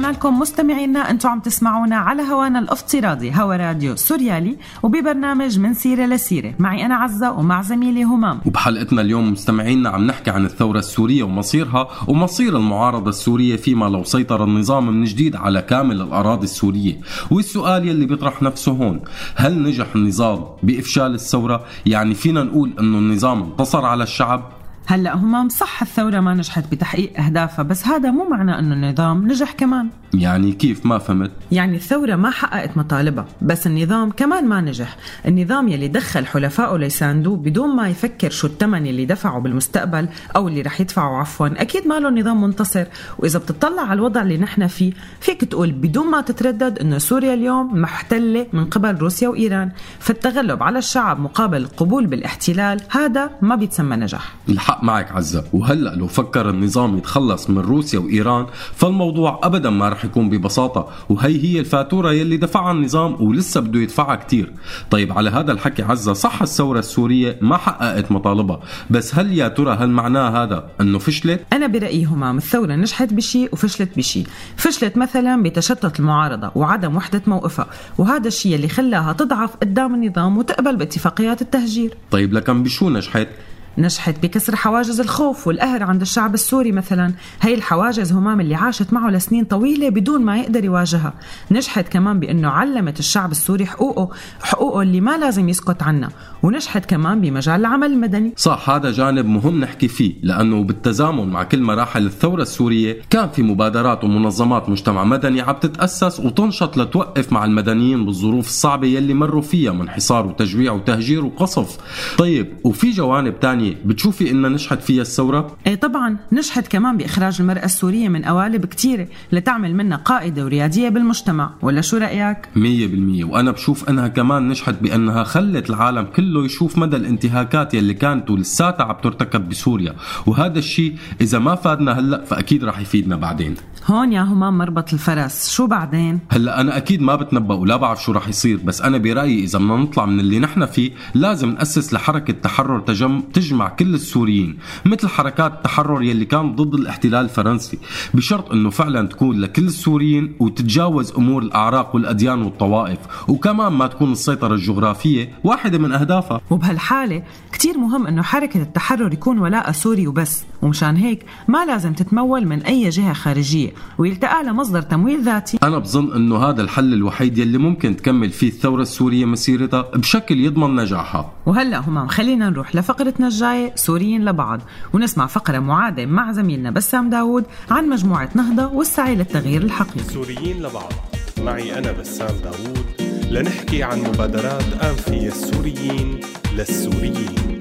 ورجعنا لكم مستمعينا. انتم عم تسمعونا على هوانا الافتراضي هوا راديو سوريالي وببرنامج من سيرة لسيرة، معي أنا عزة ومع زميلي همام. وبحلقتنا اليوم مستمعينا عم نحكي عن الثورة السورية ومصيرها ومصير المعارضة السورية فيما لو سيطر النظام من جديد على كامل الأراضي السورية. والسؤال يلي بيطرح نفسه هون، هل نجح النظام بإفشال الثورة؟ يعني فينا نقول أنه النظام انتصر على الشعب؟ هلأ همام صح الثورة ما نجحت بتحقيق أهدافها، بس هذا مو معنى أنه النظام نجح كمان. يعني كيف؟ ما فهمت. يعني الثورة ما حققت مطالبها بس النظام كمان ما نجح. النظام يلي دخل حلفائه ليساندوه بدون ما يفكر شو الثمن اللي دفعه بالمستقبل أو اللي رح يدفعه عفوا، أكيد ما له نظام منتصر. وإذا بتطلع على الوضع اللي نحن فيه فيك تقول بدون ما تتردد أنه سوريا اليوم محتلة من قبل روسيا وإيران، فالتغلب على الشعب مقابل القبول بالاحتلال هذا ما بيتسمى نجاح. الحق معك عزة. وهلأ لو فكر النظام يتخلص من روسيا وإيران فالموضوع أبدا ما رح يكون ببساطة، وهي الفاتورة يلي دفعها النظام ولسه بده يدفعها كتير. طيب على هذا الحكي عزة، صح الثورة السورية ما حققت مطالبها، بس هل يا ترى هل معناه هذا أنه فشلت؟ أنا برأيي همام الثورة نجحت بشيء وفشلت بشيء. فشلت مثلا بتشتت المعارضة وعدم وحدة موقفها، وهذا الشيء اللي خلاها تضعف قدام النظام وتقبل باتفاقيات التهجير. طيب لكن بشو نجحت؟ نجحت بكسر حواجز الخوف والقهر عند الشعب السوري مثلا. هاي الحواجز همام اللي عاشت معه لسنين طويلة بدون ما يقدر يواجهها. نجحت كمان بأنه علمت الشعب السوري حقوقه اللي ما لازم يسكت عنها. ونجحت كمان بمجال العمل المدني. صح، هذا جانب مهم نحكي فيه، لأنه بالتزامن مع كل مراحل الثورة السورية كان في مبادرات ومنظمات مجتمع مدني عم تتأسس وتنشط لتوقف مع المدنيين بالظروف الصعبة يلي مروا فيها من حصار وتجويع وتهجير وقصف. طيب وفي جوانب تانية بتشوفي إنها نجحت فيها الثورة؟ ايه طبعا نجحت كمان بإخراج المرأة السورية من قوالب كتيرة لتعمل منها قائدة وريادية بالمجتمع، ولا شو رأيك؟ 100%. وأنا بشوف أنها كمان نجحت بأنها خلت العالم كله يشوف مدى الانتهاكات يلي كانت ولساتها عم ترتكب بسوريا، وهذا الشيء إذا ما فادنا هلأ فأكيد رح يفيدنا بعدين. هون يا همام مربط الفرس، شو بعدين؟ هلأ أنا أكيد ما بتنبأ ولا بعرف شو رح يصير، بس أنا برأيي إذا بدنا نطلع من اللي نحن فيه لازم نأسس لحركة تحرر تجمع كل السوريين، مثل حركات التحرر يلي كان ضد الاحتلال الفرنسي، بشرط أنه فعلا تكون لكل السوريين وتتجاوز أمور الأعراق والأديان والطوائف، وكمان ما تكون السيطرة الجغرافية واحدة من أهدافها. وبهالحالة كتير مهم أنه حركة التحرر يكون ولاء سوري وبس، ومشان هيك ما لازم تتمول من أي جهة خارجية ويلتقى لها مصدر تمويل ذاتي. أنا بظن أنه هذا الحل الوحيد يلي ممكن تكمل فيه الثورة السورية مسيرتها بشكل يضمن نجاحها. وهلأ همام خلينا نروح لفقرتنا الجاية سوريين لبعض، ونسمع فقرة معادة مع زميلنا بسام داود عن مجموعة نهضة والسعي للتغيير الحقيقي. سوريين لبعض معي أنا بسام داود لنحكي عن مبادرات أنفية السوريين للسوريين.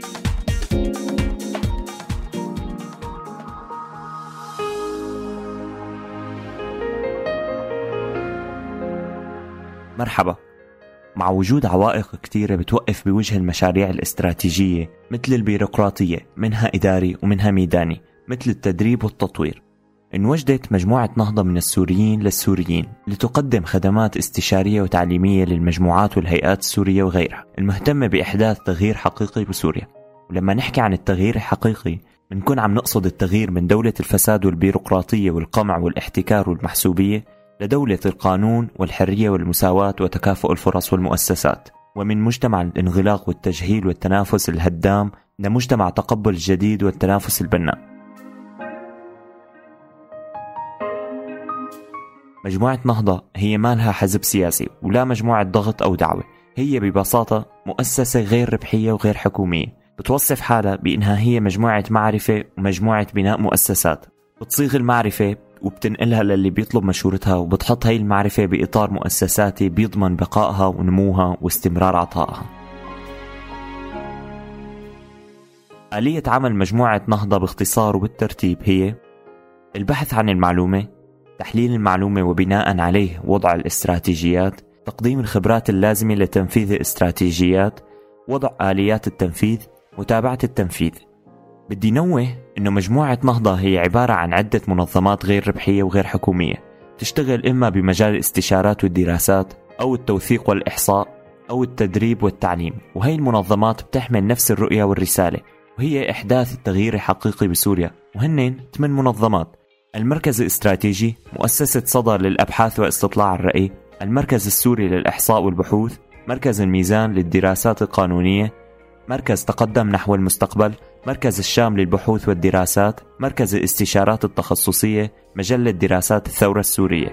مرحبا. مع وجود عوائق كتيرة بتوقف بوجه المشاريع الاستراتيجية مثل البيروقراطية، منها إداري ومنها ميداني، مثل التدريب والتطوير، انوجدت مجموعة نهضة من السوريين للسوريين لتقدم خدمات استشارية وتعليمية للمجموعات والهيئات السورية وغيرها المهتمة بإحداث تغيير حقيقي بسوريا. ولما نحكي عن التغيير الحقيقي بنكون عم نقصد التغيير من دولة الفساد والبيروقراطية والقمع والاحتكار والمحسوبية لدولة القانون والحرية والمساواة وتكافؤ الفرص والمؤسسات، ومن مجتمع الانغلاق والتجهيل والتنافس الهدام لمجتمع تقبل الجديد والتنافس البناء. مجموعة نهضة هي ما لها حزب سياسي ولا مجموعة ضغط أو دعوة، هي ببساطة مؤسسة غير ربحية وغير حكومية بتوصف حالها بأنها هي مجموعة معرفة ومجموعة بناء مؤسسات، بتصيغ المعرفة وبتنقلها للي بيطلب مشورتها، وبتحط هاي المعرفة بإطار مؤسساتي بيضمن بقائها ونموها واستمرار عطائها. آلية عمل مجموعة نهضة باختصار وبالترتيب هي البحث عن المعلومة، تحليل المعلومة وبناء عليه وضع الاستراتيجيات، تقديم الخبرات اللازمة لتنفيذ الاستراتيجيات، وضع آليات التنفيذ، متابعة التنفيذ. بدي نوه إنه مجموعة نهضة هي عبارة عن عدة منظمات غير ربحية وغير حكومية تشتغل إما بمجال الاستشارات والدراسات أو التوثيق والإحصاء أو التدريب والتعليم، وهي المنظمات بتحمل نفس الرؤية والرسالة، وهي إحداث التغيير الحقيقي بسوريا. وهن 8 منظمات: المركز الاستراتيجي، مؤسسة صدى للأبحاث واستطلاع الرأي، المركز السوري للإحصاء والبحوث، مركز الميزان للدراسات القانونية، مركز تقدم نحو المستقبل، مركز الشام للبحوث والدراسات، مركز الاستشارات التخصصية، مجلة دراسات الثورة السورية.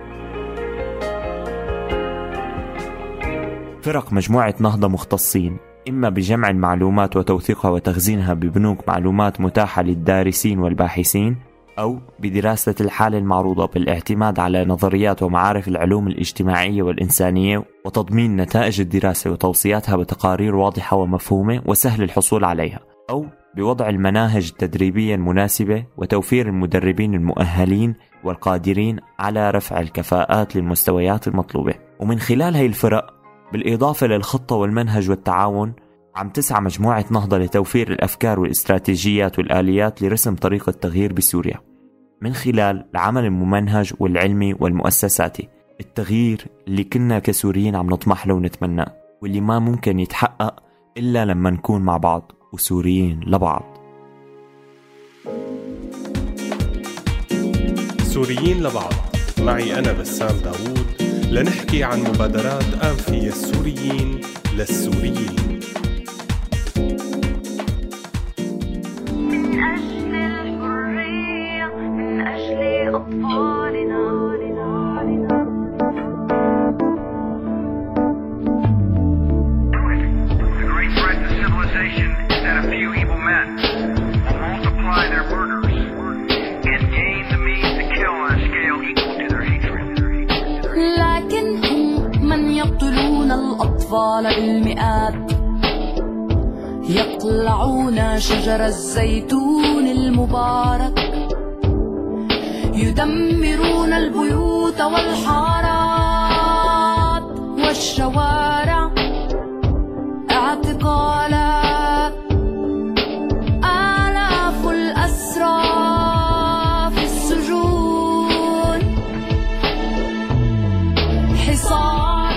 فرق مجموعة نهضة مختصين إما بجمع المعلومات وتوثيقها وتخزينها ببنوك معلومات متاحة للدارسين والباحثين، أو بدراسة الحالة المعروضة بالاعتماد على نظريات ومعارف العلوم الاجتماعية والإنسانية وتضمين نتائج الدراسة وتوصياتها بتقارير واضحة ومفهومة وسهل الحصول عليها، أو بوضع المناهج التدريبية المناسبة وتوفير المدربين المؤهلين والقادرين على رفع الكفاءات للمستويات المطلوبة. ومن خلال هاي الفرق بالإضافة للخطة والمنهج والتعاون عم تسعى مجموعة نهضة لتوفير الأفكار والاستراتيجيات والآليات لرسم طريق التغيير بسوريا من خلال العمل الممنهج والعلمي والمؤسساتي، التغيير اللي كنا كسوريين عم نطمح له ونتمناه، واللي ما ممكن يتحقق إلا لما نكون مع بعض وسوريين لبعض. سوريين لبعض، معي أنا بسام داوود، لنحكي عن مبادرات أنفية السوريين للسوريين. من أجل الحرية، من أجل أطفالنا. The great threat to civilization is that a few evil men will multiply their murders and gain the means to kill on a scale equal to their hatred. لكنهم من يقتلون الأطفال بالمئات، يقلعون شجر الزيتون المبارك، يدمرون البيوت والحارات والشوارع، اعتقالات، آلاف الأسرى في السجون، حصار.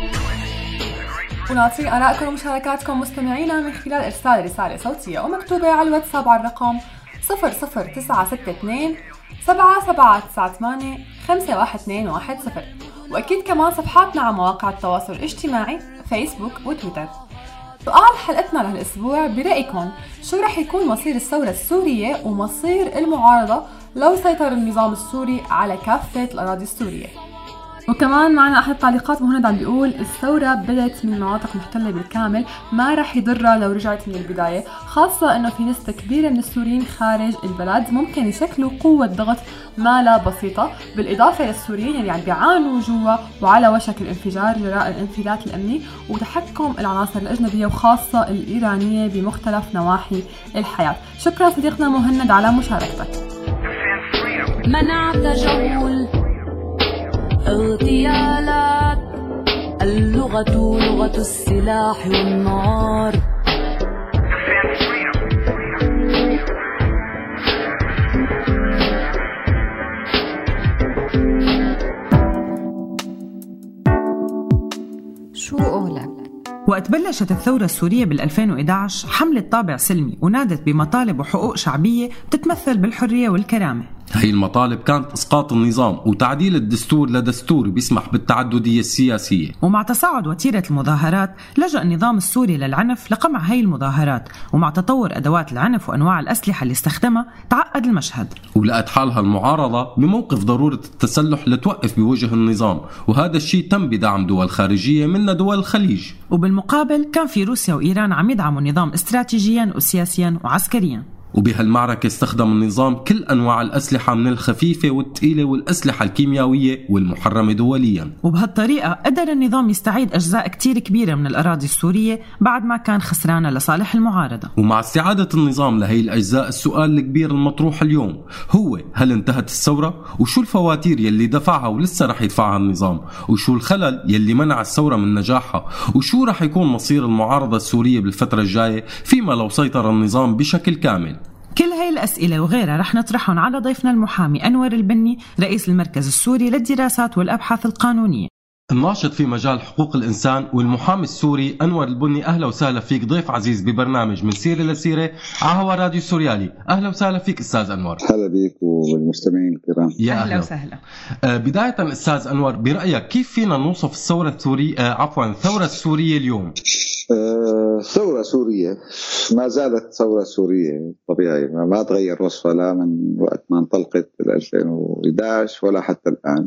ونعطي آرائكم ومشاركاتكم مستمعينا من خلال إرسال رسالة صوتية ومكتوبة على الواتساب على الرقم 00962 7798 51210. وأكيد كمان صفحاتنا على مواقع التواصل الاجتماعي فيسبوك وتويتر. سؤال حلقتنا لهالأسبوع، برأيكم شو رح يكون مصير الثورة السورية ومصير المعارضة لو سيطر النظام السوري على كافة الأراضي السورية؟ وكمان معنا أحد التعليقات مهند عم بيقول الثورة بدأت من مناطق محتلة بالكامل، ما رح يضرها لو رجعت من البداية، خاصة أنه في نسبة كبيرة من السوريين خارج البلد ممكن يشكلوا قوة ضغط ما لا بسيطة، بالإضافة للسوريين اللي عم بيعانوا جوا وعلى وشك الانفجار جراء الانفلات الأمني وتحكم العناصر الأجنبية وخاصة الإيرانية بمختلف نواحي الحياة. شكرا صديقنا مهند على مشاركتك. منعت جول اغتيالات، اللغة لغة السلاح والنار. شو قولك؟ وقت بلشت الثورة السورية بال2011 حملت طابع سلمي ونادت بمطالب وحقوق شعبية بتتمثل بالحرية والكرامة. هي المطالب كانت إسقاط النظام وتعديل الدستور لدستور بيسمح بالتعددية السياسية. ومع تصاعد وتيرة المظاهرات لجأ النظام السوري للعنف لقمع هاي المظاهرات، ومع تطور أدوات العنف وأنواع الأسلحة اللي استخدمها تعقد المشهد. ولقت حالها المعارضة بموقف ضرورة التسلح لتوقف بوجه النظام، وهذا الشيء تم بدعم دول خارجية منها دول الخليج. وبالمقابل كان في روسيا وإيران عم يدعموا النظام استراتيجيا وسياسيا وعسكريا. وبهالمعركة استخدم النظام كل أنواع الأسلحة من الخفيفة والثقيلة والأسلحة الكيميائية والمحرمة دوليا. وبهالطريقة قدر النظام يستعيد أجزاء كتير كبيرة من الأراضي السورية بعد ما كان خسرانة لصالح المعارضة. ومع استعادة النظام لهي الأجزاء، السؤال الكبير المطروح اليوم هو هل انتهت الثورة؟ وشو الفواتير يلي دفعها ولسه رح يدفعها النظام؟ وشو الخلل يلي منع الثورة من نجاحها؟ وشو رح يكون مصير المعارضة السورية بالفترة الجاية فيما لو سيطر النظام بشكل كامل؟ كل هاي الأسئلة وغيرها رح نطرحهم على ضيفنا المحامي أنور البني، رئيس المركز السوري للدراسات والأبحاث القانونية. الناشط في مجال حقوق الإنسان والمحامي السوري أنور البني. أهلا وسهلا فيك ضيف عزيز ببرنامج من سيرة لسيرة على هوا راديو سوريالي. أهلا وسهلا فيك أستاذ أنور. هلا بيك والمستمعين الكرام. يا أهلا وسهلا. بداية أستاذ أنور، برأيك كيف فينا نوصف الثورة السورية اليوم؟ ثورة سورية ما زالت ثورة سورية طبيعي، ما تغير وصفها لا من وقت ما انطلقت 2011 ولا حتى الآن.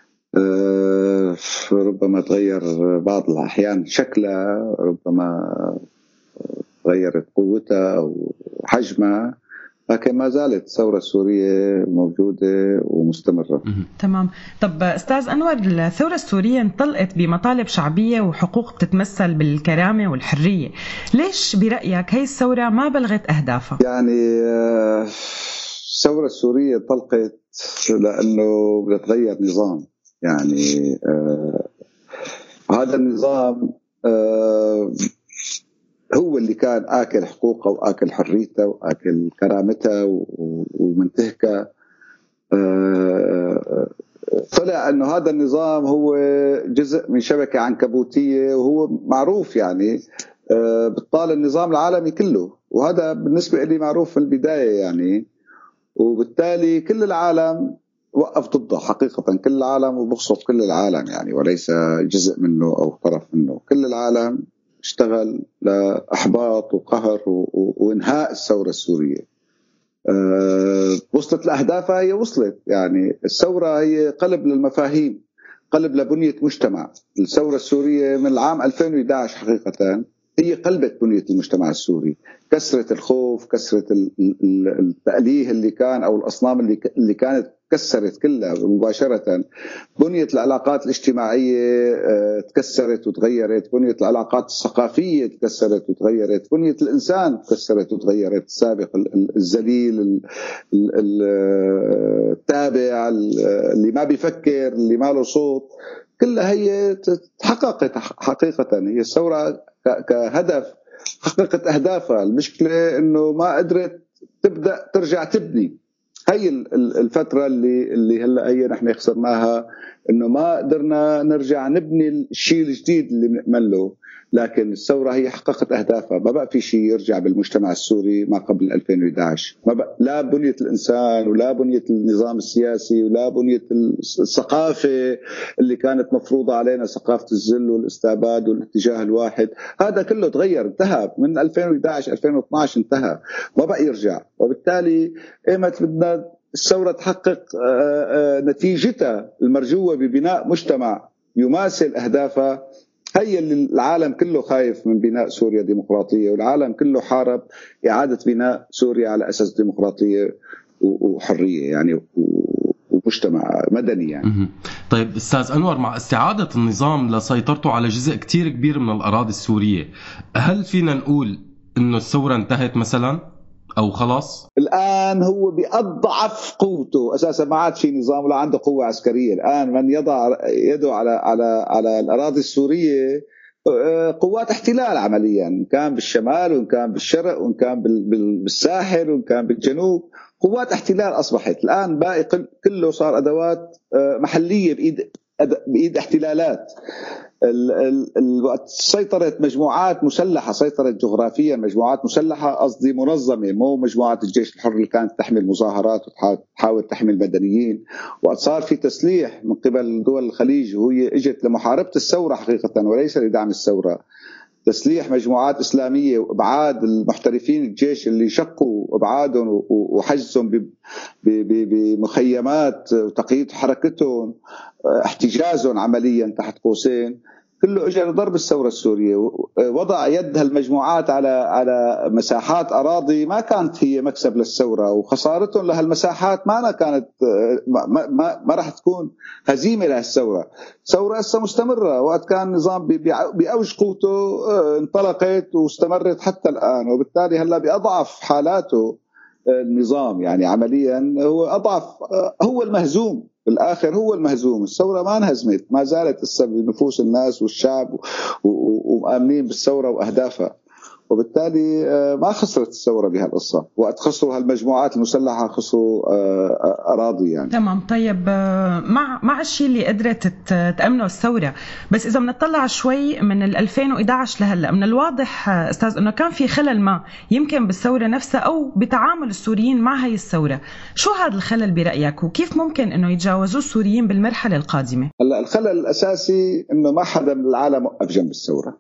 ربما تغير بعض الأحيان شكلها، ربما تغيرت قوتها أو حجمها، لكن ما زالت الثورة السورية موجودة ومستمرة. تمام. طب أستاذ أنور، الثورة السورية انطلقت بمطالب شعبية وحقوق بتتمثل بالكرامة والحرية، ليش برأيك هاي الثورة ما بلغت أهدافها؟ يعني الثورة السورية انطلقت لأنه بتغير نظام، يعني هذا النظام هو اللي كان آكل حقوقه وآكل حريته وآكل كرامته ومنتهكه. طلع أنه هذا النظام هو جزء من شبكة عنكبوتية، وهو معروف يعني بطال النظام العالمي كله، وهذا بالنسبة لي معروف من البداية يعني. وبالتالي كل العالم وقف ضده حقيقة، كل العالم وبخصف كل العالم يعني، وليس جزء منه أو طرف منه. كل العالم اشتغل لإحباط وقهر وإنهاء الثورة السورية. وصلت لأهدافها، هي وصلت يعني. الثورة هي قلب للمفاهيم، قلب لبنية مجتمع. الثورة السورية من العام 2011 حقيقة هي قلبت بنية المجتمع السوري، كسرت الخوف، كسرت التأليه اللي كان أو الأصنام اللي كانت، كسرت كلها مباشرة. بنية العلاقات الاجتماعية تكسرت وتغيرت، بنية العلاقات الثقافية تكسرت وتغيرت، بنية الإنسان تكسرت وتغيرت. السابق الذليل التابع اللي ما بيفكر، اللي ما له صوت، كلها هي تحققت حقيقة. هي الثورة كهدف حققت أهدافها. المشكلة إنه ما قدرت تبدأ ترجع تبني. هي الفترة اللي هلا هي نحن خسرناها، إنه ما قدرنا نرجع نبني الشيء الجديد اللي بنأمله. لكن الثورة هي حققت أهدافها. ما بقى في شيء يرجع بالمجتمع السوري ما قبل 2011. ما بقى لا بنية الإنسان ولا بنية النظام السياسي ولا بنية الثقافة اللي كانت مفروضة علينا، ثقافة الذل والاستعباد والاتجاه الواحد. هذا كله تغير، انتهى من 2011 2012 انتهى، ما بقى يرجع. وبالتالي إيمت بدنا الثورة تحقق نتيجتها المرجوة ببناء مجتمع يماثل أهدافها. هي اللي العالم كله خايف من بناء سوريا ديمقراطية، والعالم كله حارب إعادة بناء سوريا على أساس ديمقراطية وحرية يعني، ومجتمع مدني يعني. طيب أستاذ أنور، مع استعادة النظام لسيطرته على جزء كتير كبير من الأراضي السورية، هل فينا نقول إنه الثورة انتهت مثلاً أو خلاص؟ الآن هو بأضعف قوته أساسا، ما عاد في نظام ولا عنده قوة عسكرية. الآن من يضع يده على الأراضي السورية قوات احتلال عمليا، إن كان بالشمال وإن كان بالشرق وإن كان بالساحل وإن كان بالجنوب. قوات احتلال أصبحت الآن، باقي كله صار أدوات محلية بإيد احتلالات. سيطرت مجموعات مسلحة، سيطرت جغرافيا مجموعات مسلحة، قصدي منظمة، مو مجموعات الجيش الحر اللي كانت تحمل مظاهرات وتحاول تحمي المدنيين. وصار في تسليح من قبل دول الخليج، وهي اجت لمحاربة الثورة حقيقة وليس لدعم الثورة. تسليح مجموعات إسلامية وإبعاد المحترفين الجيش اللي شقوا إبعادهم وحجزهم بمخيمات وتقييد حركتهم، احتجازهم عمليا تحت قوسين. كله اجى لضرب الثورة السورية. وضع يد هالمجموعات على مساحات أراضي ما كانت هي مكسب للثورة، وخسارتهم لهالمساحات ما كانت ما راح تكون هزيمة لهالثورة. الثورة هسه مستمرة، وقت كان النظام بأوج قوته انطلقت واستمرت حتى الآن. وبالتالي هلا بأضعف حالاته النظام يعني، عمليا هو أضعف، هو المهزوم بالآخر، هو المهزوم. الثورة ما انهزمت، ما زالت بنفوس الناس والشعب ومآمنين بالثورة وأهدافها. وبالتالي ما خسرت الثورة بهالقصة. وقت خسروا هالمجموعات المسلحة خسروا أراضي يعني. تمام. طيب مع الشيء اللي قدرت تأمنه الثورة، بس إذا بنطلع شوي من 2011 لهلا، من الواضح أستاذ أنه كان في خلل ما يمكن بالثورة نفسها أو بتعامل السوريين مع هاي الثورة. شو هذا الخلل برأيك، وكيف ممكن أنه يتجاوزوه السوريين بالمرحلة القادمة؟ هلا الخلل الأساسي أنه ما حدا من العالم وقف جنب الثورة.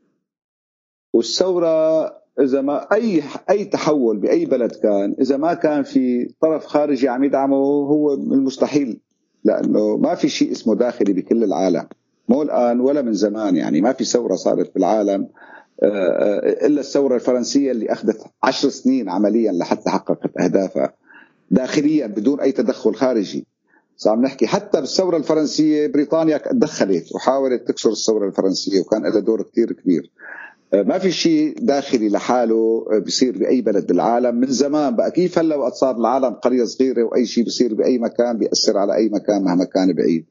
والثورة إذا ما أي تحول بأي بلد كان، إذا ما كان في طرف خارجي عم يدعمه هو من المستحيل، لأنه ما في شيء اسمه داخلي بكل العالم، مو الآن ولا من زمان. يعني ما في ثورة صارت بالعالم إلا الثورة الفرنسية اللي أخذت 10 سنين عمليا لحتى حققت أهدافها داخليا بدون أي تدخل خارجي. صار نحكي حتى بالثورة الفرنسية بريطانيا دخلت وحاولت تكسر الثورة الفرنسية وكان لها دور كتير كبير. ما في شيء داخلي لحاله بيصير بأي بلد بالعالم من زمان بقى. كيف هلا وقت صار العالم قرية صغيرة وأي شيء بيصير بأي مكان بيأثر على أي مكان مهما كان بعيد.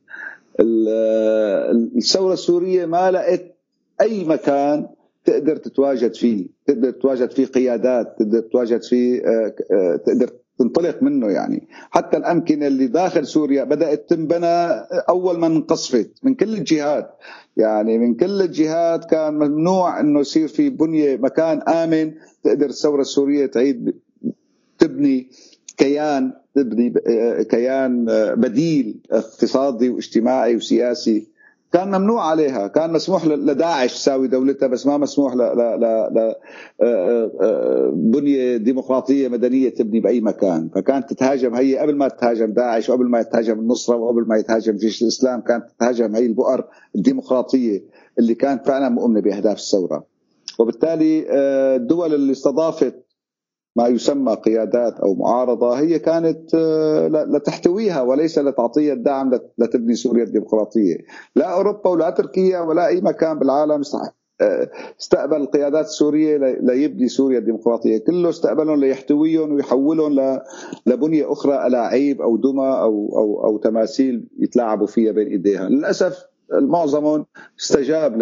الثورة السورية ما لقت أي مكان تقدر تتواجد فيه، تقدر تتواجد فيه قيادات، تقدر تتواجد فيه، تقدر تنطلق منه. يعني حتى الأمكنة اللي داخل سوريا بدأت تنبنى أول ما انقصفت من كل الجهات. يعني من كل الجهات كان ممنوع أنه يصير في بنية مكان آمن تقدر الثورة السورية تعيد تبني كيان بديل اقتصادي واجتماعي وسياسي. كان ممنوع عليها، كان مسموح لداعش تساوي دولتها، بس ما مسموح بنية ديمقراطية مدنية تبني بأي مكان. فكانت تتهاجم هي قبل ما تتهاجم داعش وقبل ما يتهاجم النصرة وقبل ما يتهاجم جيش الإسلام، كانت تتهاجم هي البؤر الديمقراطية اللي كانت فعلا مؤمنة بأهداف الثورة. وبالتالي الدول اللي استضافت ما يسمى قيادات أو معارضة هي كانت لتحتويها وليس لتعطيها الدعم لتبني سوريا الديمقراطية. لا أوروبا ولا تركيا ولا أي مكان بالعالم استقبل القيادات السورية ليبني سوريا الديمقراطية، كله استقبلهم ليحتويهم ويحولهم لبنية أخرى ألاعيب أو دمى أو تماثيل يتلاعبوا فيها بين إيديها. للأسف معظمهم استجاب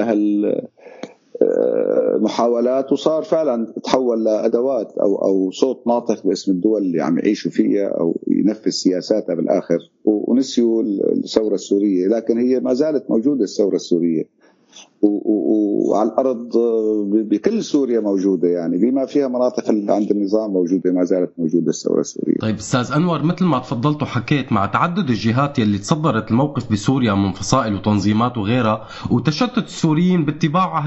محاولات وصار فعلا تحول لأدوات أو صوت ناطق باسم الدول اللي عم يعيشوا فيها أو ينفذ سياساتها بالآخر، ونسيوا الثورة السورية. لكن هي ما زالت موجودة الثورة السورية وعلى الأرض بكل سوريا موجودة، يعني بما فيها مناطق اللي عند النظام موجودة، ما زالت موجودة الثورة السورية. طيب أستاذ أنور، مثل ما تفضلت وحكيت، مع تعدد الجهات يلي تصدرت الموقف بسوريا من فصائل وتنظيمات وغيرها، وتشتت السوريين باتباع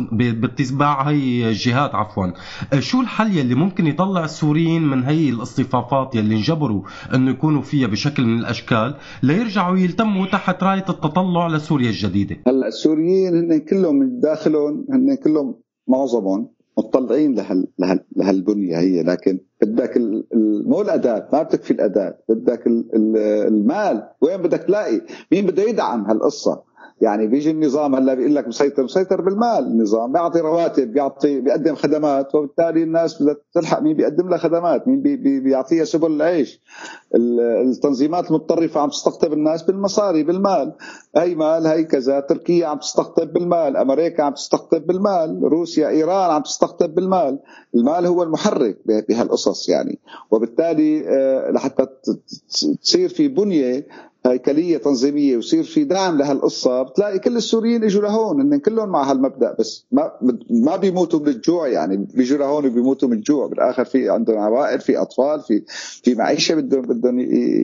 هاي الجهات شو الحل يلي ممكن يطلع السوريين من هاي الاصطفافات يلي انجبروا أنه يكونوا فيها بشكل من الأشكال ليرجعوا يلتموا تحت راية التطلع لسوريا الجديدة؟ هلا السوريين هن كلهم من داخلهم، هن كلهم معظمهم مطلعين لهالبنية هي، لكن بدك مو الأداة، ما بتكفي الأداة، بدك المال. وين بدك تلاقي؟ مين بده يدعم هالقصة؟ يعني بيجي النظام هلا بيقول لك مسيطر بالمال. النظام بيعطي رواتب، بيقدم خدمات، وبالتالي الناس بدها تلحق مين بيقدم لها خدمات، مين بيعطيها سبل العيش. التنظيمات المتطرفة عم تستقطب الناس بالمصاري بالمال، هي مال هي كذا. تركيا عم تستقطب بالمال، أمريكا عم تستقطب بالمال، روسيا إيران عم تستقطب بالمال. المال هو المحرك بهالقصص يعني. وبالتالي لحتى تصير في بنية هيكلية تنظيمية ويصير في دعم لهالقصة، بتلاقي كل السوريين اجوا لهون، إن كلهم مع هالمبدأ، بس ما بيموتوا من الجوع. يعني بيجوا لهون وبيموتوا من الجوع، بالآخر في عندهم عوائل، في أطفال، في معيشة بدهم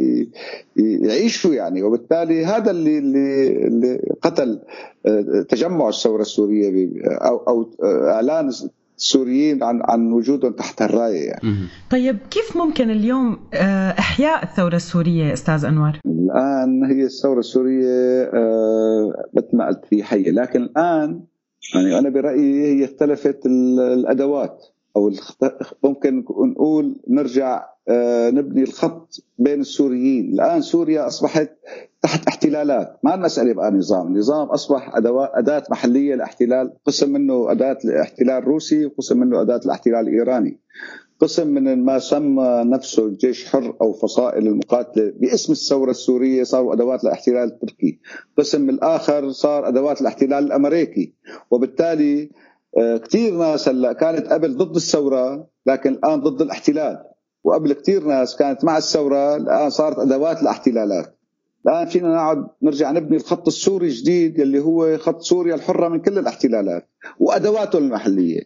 يعيشوا يعني. وبالتالي هذا اللي قتل تجمع الثورة السورية أو إعلان السوريين عن وجودهم تحت الراية يعني. طيب كيف ممكن اليوم إحياء الثورة السورية أستاذ أنور؟ الآن هي الثورة السورية مثل ما قلت في حية، لكن الآن يعني أنا برأيي هي اختلفت الأدوات، أو ممكن نقول نرجع نبني الخط بين السوريين. الآن سوريا أصبحت تحت احتلالات، ما المسألة بقى النظام أصبح أداة محلية لاحتلال، قسم منه أداة لاحتلال روسي وقسم منه أداة لاحتلال إيراني، قسم من ما سمى نفسه الجيش حر أو فصائل المقاتلة باسم الثورة السورية صاروا أدوات لاحتلال التركي، قسم الآخر صار أدوات الاحتلال الأمريكي. وبالتالي كتير ناس هلا كانت قبل ضد الثورة لكن الآن ضد الاحتلال، وقبل كتير ناس كانت مع الثورة الآن صارت أدوات الاحتلالات. الآن فينا نقعد نرجع نبني الخط السوري الجديد اللي هو خط سوريا الحرة من كل الاحتلالات وأدواته المحلية.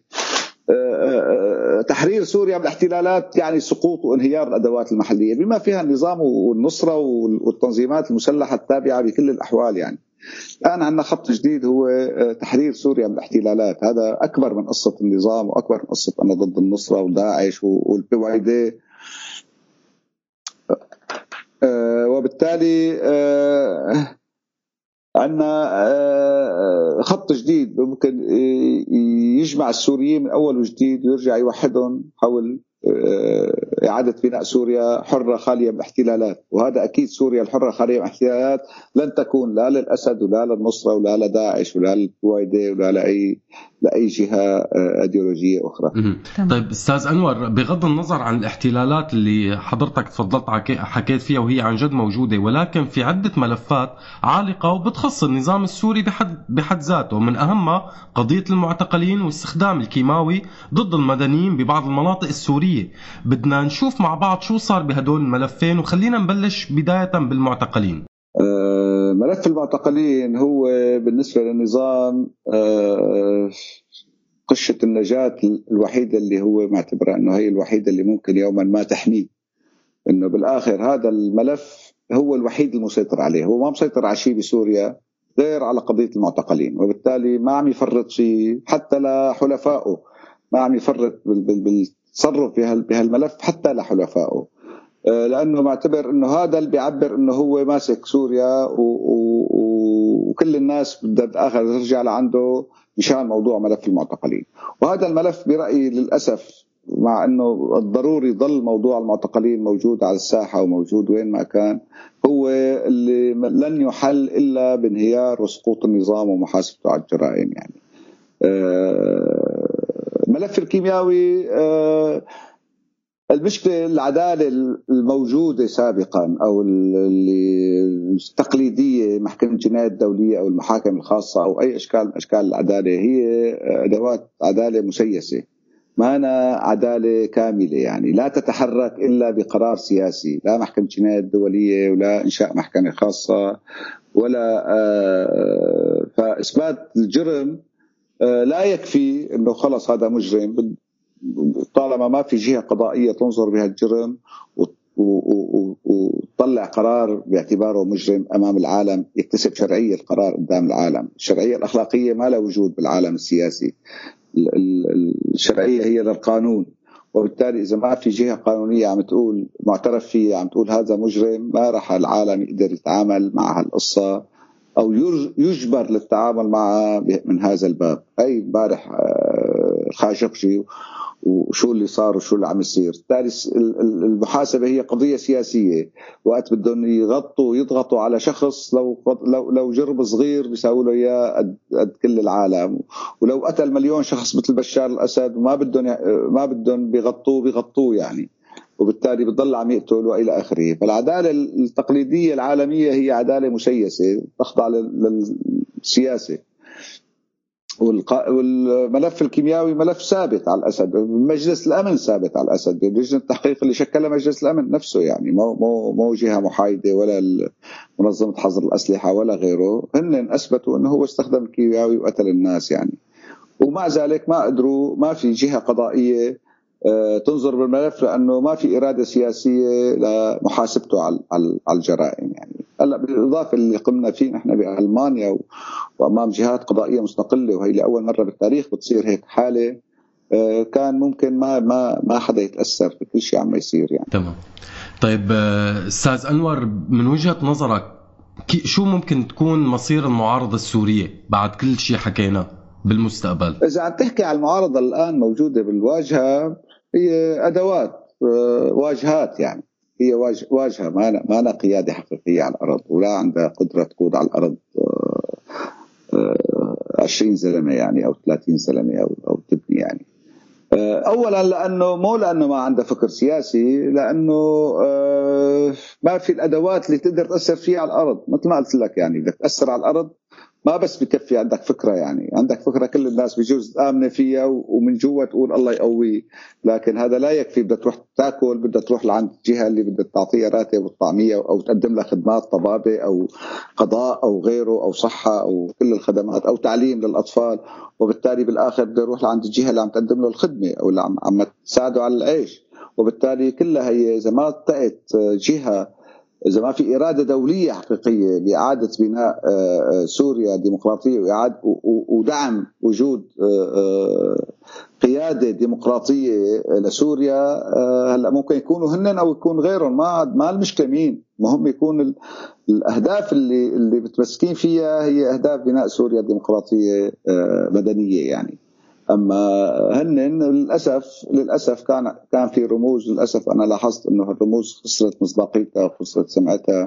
تحرير سوريا من الاحتلالات يعني سقوط وانهيار الأدوات المحلية بما فيها النظام والنصرة والتنظيمات المسلحة التابعة بكل الأحوال. يعني الآن عندنا خط جديد هو تحرير سوريا من الاحتلالات. هذا أكبر من قصة النظام وأكبر من قصة أنه ضد النصرة وداعش والبويدة. وبالتالي عندنا خط جديد ممكن يجمع السوريين من أول وجديد ويرجع يوحدهم حول إعادة بناء سوريا حرة خالية من الاحتلالات. وهذا أكيد سوريا الحرة خالية من الاحتلالات لن تكون لا للأسد ولا للنصرة ولا لداعش ولا للبويدة ولا لأي جهة أيديولوجية أخرى. طيب أستاذ أنور، بغض النظر عن الاحتلالات اللي حضرتك تفضلت حكيت فيها وهي عن جد موجودة، ولكن في عدة ملفات عالقة وبتخص النظام السوري بحد ذاته، من أهمها قضية المعتقلين واستخدام الكيماوي ضد المدنيين ببعض المناطق السورية. بدنا نشوف مع بعض شو صار بهدول الملفين، وخلينا نبلش بداية بالمعتقلين. ملف المعتقلين هو بالنسبة للنظام قشة النجاة الوحيدة اللي هو معتبرها أنه هي الوحيدة اللي ممكن يوما ما تحميه. أنه بالآخر هذا الملف هو الوحيد المسيطر عليه، هو ما مسيطر على شيء بسوريا غير على قضية المعتقلين، وبالتالي ما عم يفرط فيه حتى لحلفائه، ما عم يفرط بالتصرف بهالملف حتى لحلفائه، لأنه معتبر أنه هذا اللي بيعبر أنه هو ماسك سوريا وكل الناس بدها بالآخر ترجع لعنده مشان موضوع ملف المعتقلين. وهذا الملف برأيي للأسف مع أنه الضروري ظل موضوع المعتقلين موجود على الساحة وموجود وين ما كان، هو اللي لن يحل إلا بانهيار وسقوط النظام ومحاسبته على الجرائم. يعني الملف الكيمياوي المشكلة العدالة الموجودة سابقا أو التقليدية، محكمة الجنايات الدولية أو المحاكم الخاصة أو أي أشكال من أشكال العدالة، هي أدوات عدالة مسيسة، ما أنا عدالة كاملة. يعني لا تتحرك إلا بقرار سياسي، لا محكمة الجنايات الدولية ولا إنشاء محكمة خاصة ولا فإثبات الجرم لا يكفي أنه خلص هذا مجرم، طالما ما في جهة قضائية تنظر بها الجرم وتطلع قرار باعتباره مجرم أمام العالم يكتسب شرعية القرار قدام العالم. الشرعية الأخلاقية ما لها وجود بالعالم السياسي، الشرعية هي للقانون، وبالتالي إذا ما في جهة قانونية عم تقول معترف فيها عم تقول هذا مجرم، ما راح العالم يقدر يتعامل مع هالقصة أو يجبر للتعامل معها من هذا الباب. أي امبارح الخاشقجي وشو اللي صار وشو اللي عم يصير. بالتالي المحاسبة هي قضية سياسية، وقت بدهم يضغطوا على شخص لو جرم صغير بيساووا له اياه قد كل العالم، ولو قتل مليون شخص مثل بشار الأسد ما بدهم بيغطوه يعني، وبالتالي بتضل عم يقتل والى اخره. فالعدالة التقليدية العالمية هي عدالة مسيسة تخضع للسياسة. والملف الكيميائي ملف ثابت على الأسد، مجلس الأمن ثابت على الأسد، لجنة التحقيق اللي شكلها مجلس الأمن نفسه، يعني مو جهة محايدة ولا منظمة حظر الأسلحة ولا غيره، هن أثبتوا أنه هو استخدم الكيميائي وقتل الناس يعني. ومع ذلك ما قدروا، ما في جهة قضائية تنظر بالملف لأنه ما في إرادة سياسية لمحاسبته على الجرائم يعني. هلا بالإضافة اللي قمنا فيه نحن بألمانيا وأمام جهات قضائية مستقلة، وهي لأول مرة بالتاريخ بتصير هيك حالة، كان ممكن ما حدا يتأثر بكل شيء عم يصير يعني. تمام. طيب أستاذ أنور، من وجهة نظرك شو ممكن تكون مصير المعارضة السورية بعد كل شيء حكينا بالمستقبل؟ إذا عم تحكي عن المعارضة الآن موجودة بالواجهة، هي أدوات واجهات يعني، هي واجهة ما أنا قيادة حقيقية على الأرض، ولا عندها قدرة تقود على الأرض 20 زلمة يعني أو 30 زلمة أو تبني يعني. أولا لأنه ما عنده فكر سياسي، لأنه ما في الأدوات اللي تقدر تأثر فيها على الأرض. مثل ما قلت لك يعني بدك تأثر على الأرض ما بس بكفي عندك فكرة، يعني عندك فكرة كل الناس بجوز آمنة فيها ومن جوا تقول الله يقويه، لكن هذا لا يكفي. بدها تروح تاكل، بدها تروح لعند الجهة اللي بدها تعطيها راتب والطعمية أو تقدم لها خدمات طبابة أو قضاء أو غيره أو صحة أو كل الخدمات أو تعليم للأطفال، وبالتالي بالآخر بده يروح لعند الجهة اللي عم تقدم له الخدمة أو اللي عم تساعده على العيش. وبالتالي كلها هي إذا ما اتقت جهة، إذا ما في إرادة دولية حقيقية لإعادة بناء سوريا ديمقراطية وإعادة ودعم وجود قيادة ديمقراطية لسوريا، هلا ممكن يكونوا هنن أو يكون غيرهم، ما المشكلة مين، مهم يكون الأهداف اللي متمسكين فيها هي أهداف بناء سوريا ديمقراطية مدنية يعني. أما هن للأسف كان في رموز، للأسف أنا لاحظت أنه الرموز خسرت مصداقيتها وخسرت سمعتها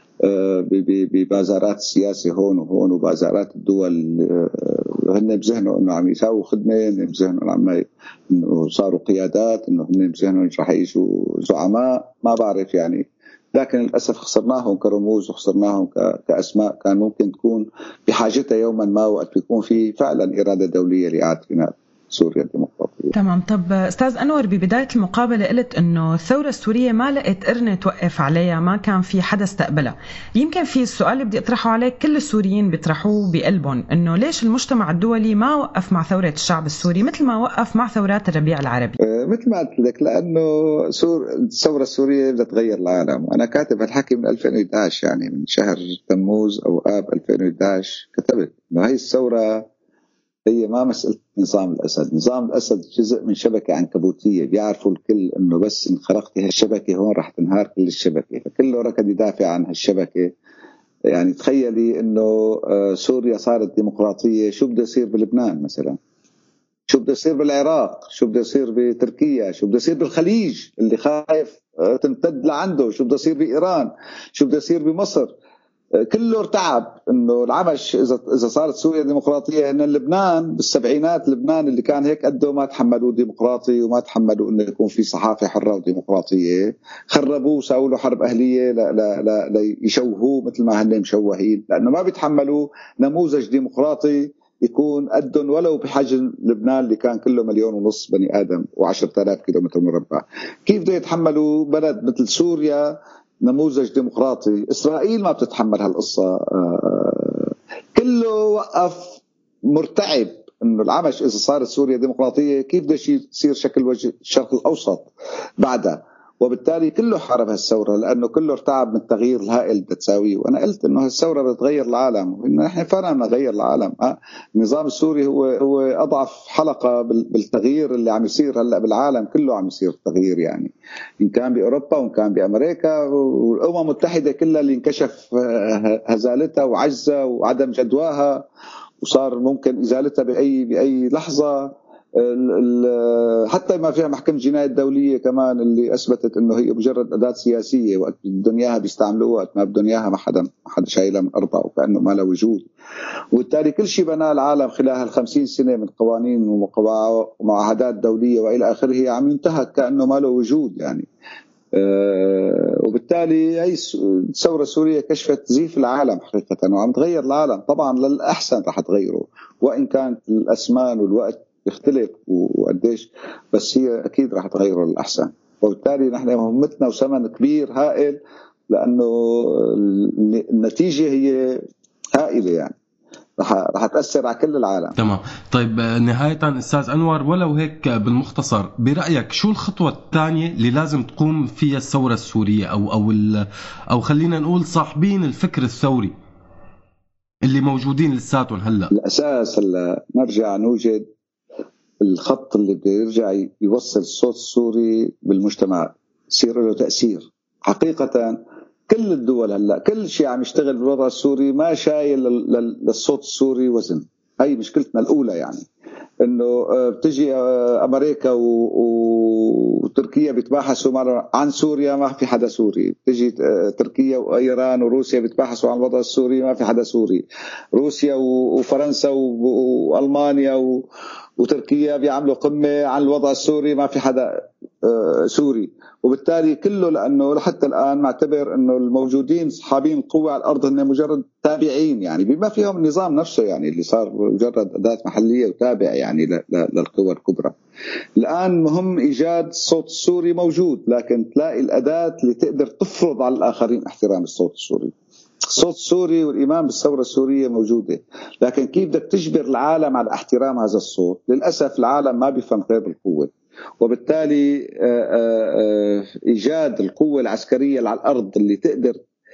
ببازارات السياسة هون وهون وبازارات الدول. هن بذهنوا أنه عم يساووا خدمة، هن بذهنوا أنه صاروا قيادات، أنه هن بذهنوا رح يجوا زعماء، ما بعرف يعني. لكن للأسف خسرناهم كرموز وخسرناهم كأسماء كان ممكن تكون بحاجتها يوما ما وقت بيكون في فعلا إرادة دولية لإعادة بناء سوريا الديمقراطية. تمام. طب أستاذ أنور، ببداية المقابلة قلت أنه الثورة السورية ما لقت قرنة توقف عليها، ما كان في حدا استقبلها. يمكن في السؤال اللي بدي أطرحه عليك كل السوريين بيطرحوه بقلبهم، أنه ليش المجتمع الدولي ما وقف مع ثورة الشعب السوري مثل ما وقف مع ثورات الربيع العربي؟ مثل ما قلت لك، لأنه الثورة السورية بدها تغير العالم، وأنا كاتب هالحكي من 2011، يعني من شهر تموز أو آب 2011 كتبت أنه هاي الثورة هي ما مسألة نظام الأسد. نظام الأسد جزء من شبكة عنكبوتية، بيعرفوا الكل أنه بس إن خرقت هالشبكة هون رح تنهار كل الشبكة، فكله ركض يدافع عن هالشبكة. يعني تخيلي أنه سوريا صارت ديمقراطية، شو بده يصير بلبنان مثلا، شو بده يصير بالعراق، شو بده يصير بتركيا، شو بده يصير بالخليج اللي خايف تمتد لعنده، شو بده يصير بإيران، شو بده يصير بمصر. كله ارتعب انه العمش اذا صارت سوريا ديمقراطيه. ان لبنان بالسبعينات، لبنان اللي كان هيك قده ما تحملوا ديمقراطي وما تحملوا انه يكون في صحافه حره وديمقراطيه، خربوه وساووا له حرب اهليه لا يشوهوه مثل ما هن مشوهين، لانه ما بيتحملوا نموذج ديمقراطي يكون قدهم ولو بحجم لبنان اللي كان كله 1.5 مليون بني ادم و10,000 كيلومتر مربع. كيف بده يتحملوا بلد مثل سوريا نموذج ديمقراطي؟ إسرائيل ما بتتحمل هالقصة. كله وقف مرتعب إنه العمش إذا صارت سوريا ديمقراطية كيف بده يصير شكل وجه الشرق الأوسط بعدها. وبالتالي كله حارب هالثورة لأنه كله ارتعب من التغيير الهائل اللي بتساويه. وأنا قلت إنه هالثورة بتغير العالم، وإنه نحن فعلا نغير العالم. النظام السوري هو أضعف حلقة بالتغيير اللي عم يصير هلأ بالعالم كله. عم يصير تغيير يعني، إن كان بأوروبا وإن كان بأمريكا والأمم المتحدة كلها اللي انكشف هزالتها وعجزها وعدم جدواها وصار ممكن إزالتها بأي لحظة. حتى ما فيها محكمة جناية دولية كمان اللي أثبتت إنه هي مجرد أداة سياسية، وقت بدهم إياها بيستعملوها، وقت ما بدهم إياها ما حدا شايلها من أرضها وكأنه ما له وجود. وبالتالي كل شيء بناه العالم خلال 50 سنة من قوانين ومعاهدات دولية وإلى آخره عم ينتهك كأنه ما له وجود يعني. وبالتالي هي الثورة السورية كشفت زيف العالم حقيقة، وعم تغير العالم طبعا للأحسن. رح تغيره وإن كانت الأزمان والوقت يختلف وقديش، بس هي أكيد رح تغيره للأحسن. وبالتالي نحن مهمتنا وثمن كبير هائل، لأنه النتيجة هي هائلة يعني، رح تأثر على كل العالم. تمام. طيب نهاية أستاذ أنور، ولو هيك بالمختصر، برأيك شو الخطوة الثانية اللي لازم تقوم فيها الثورة السورية أو خلينا نقول صاحبين الفكر الثوري اللي موجودين لساتهم هلأ؟ الأساس هلأ نرجع نوجد الخط اللي بده يرجع يوصل الصوت السوري بالمجتمع، يصير له تأثير حقيقة. كل الدول هلا كل شيء عم يشتغل بالوضع السوري ما شايل للصوت السوري وزن. هي مشكلتنا الأولى يعني، إنه بتجي أمريكا وتركيا بيتباحثوا عن سوريا، ما في حدا سوري. بتجي تركيا وإيران وروسيا بيتباحثوا عن الوضع السوري، ما في حدا سوري. روسيا وفرنسا وألمانيا وتركيا بيعملوا قمة عن الوضع السوري، ما في حدا. سوري، وبالتالي كله لأنه لحتى الآن معتبر أنه الموجودين صحابين القوة على الأرض هن مجرد تابعين، يعني بما فيهم النظام نفسه، يعني اللي صار مجرد أداة محلية وتابع يعني للقوى الكبرى. الآن مهم إيجاد الصوت السوري موجود، لكن تلاقي الأداة اللي تقدر تفرض على الآخرين احترام الصوت السوري. الصوت السوري والإيمان بالثورة السورية موجودة، لكن كيف بدك تجبر العالم على احترام هذا الصوت؟ للأسف العالم ما بيفهم غير بالقوة، وبالتالي إيجاد القوة العسكرية على الأرض اللي تقدر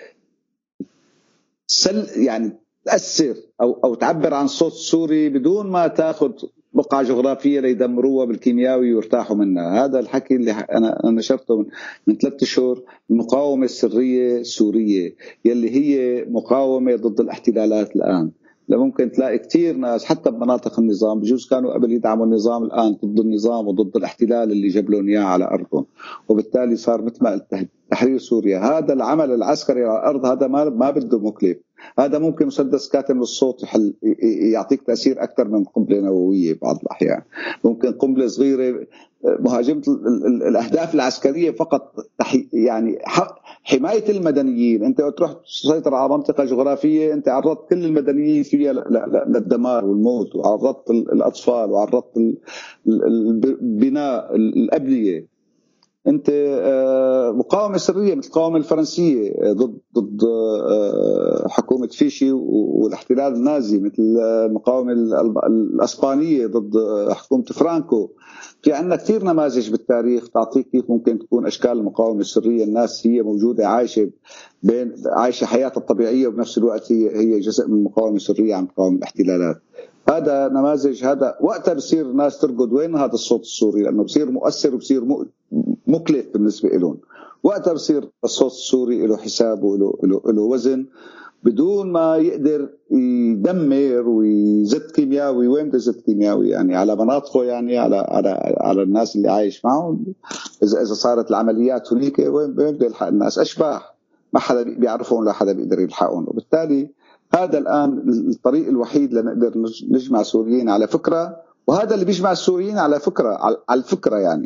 يعني تأثر أو تعبر عن الصوت السوري بدون ما تأخذ بقعة جغرافية ليدمروها بالكيمياوي ويرتاحوا منها. هذا الحكي اللي أنا نشرته من 3 أشهر، المقاومة السرية السورية يلي هي مقاومة ضد الاحتلالات. الآن ممكن تلاقي كتير ناس حتى بمناطق النظام بجوز كانوا قبل يدعموا النظام، الآن ضد النظام وضد الاحتلال اللي جاب لهم إياه على أرضهم، وبالتالي صار مثل ما قلت تحرير سوريا. هذا العمل العسكري على الأرض هذا ما بده مكلف، هذا ممكن مسدس كاتم للصوت يعطيك تأثير أكثر من قنبلة نووية بعض الأحيان. ممكن قنبلة صغيرة مهاجمة الأهداف العسكرية فقط، يعني حماية المدنيين. أنت تروح تسيطر على منطقة جغرافية أنت عرضت كل المدنيين فيها للدمار والموت، وعرضت الأطفال، وعرضت البناء الأبنية. أنت مقاومة سرية مثل القوامة الفرنسية ضد حكومة فيشي والاحتلال النازي، مثل المقاومة الأسبانية ضد حكومة فرانكو. في عندنا كثير نماذج بالتاريخ تعطيك كيف ممكن تكون أشكال المقاومة السرية. الناس هي موجودة عايشة حياتها الطبيعية، وبنفس الوقت هي جزء من المقاومة السرية عن مقاومة الاحتلالات. هذا نماذج، هذا وقتها بصير الناس ترقد وين هذا الصوت السوري، لأنه بصير مؤثر وبصير مكلف بالنسبة لهم. وقتها بصير الصوت السوري له حساب وله وزن، بدون ما يقدر يدمر ويزت كيمياوي. وين بده يزت كيمياوي؟ يعني على مناطقه، يعني على الناس اللي عايش معهم. إذا صارت العمليات هنيك وين بده يلحق الناس؟ أشباح ما حدا بيعرفهم ولا حدا بيقدر يلحقهم. وبالتالي هذا الآن الطريق الوحيد لنقدر نجمع سوريين على فكرة، وهذا اللي بيجمع السوريين على فكرة، على الفكرة يعني،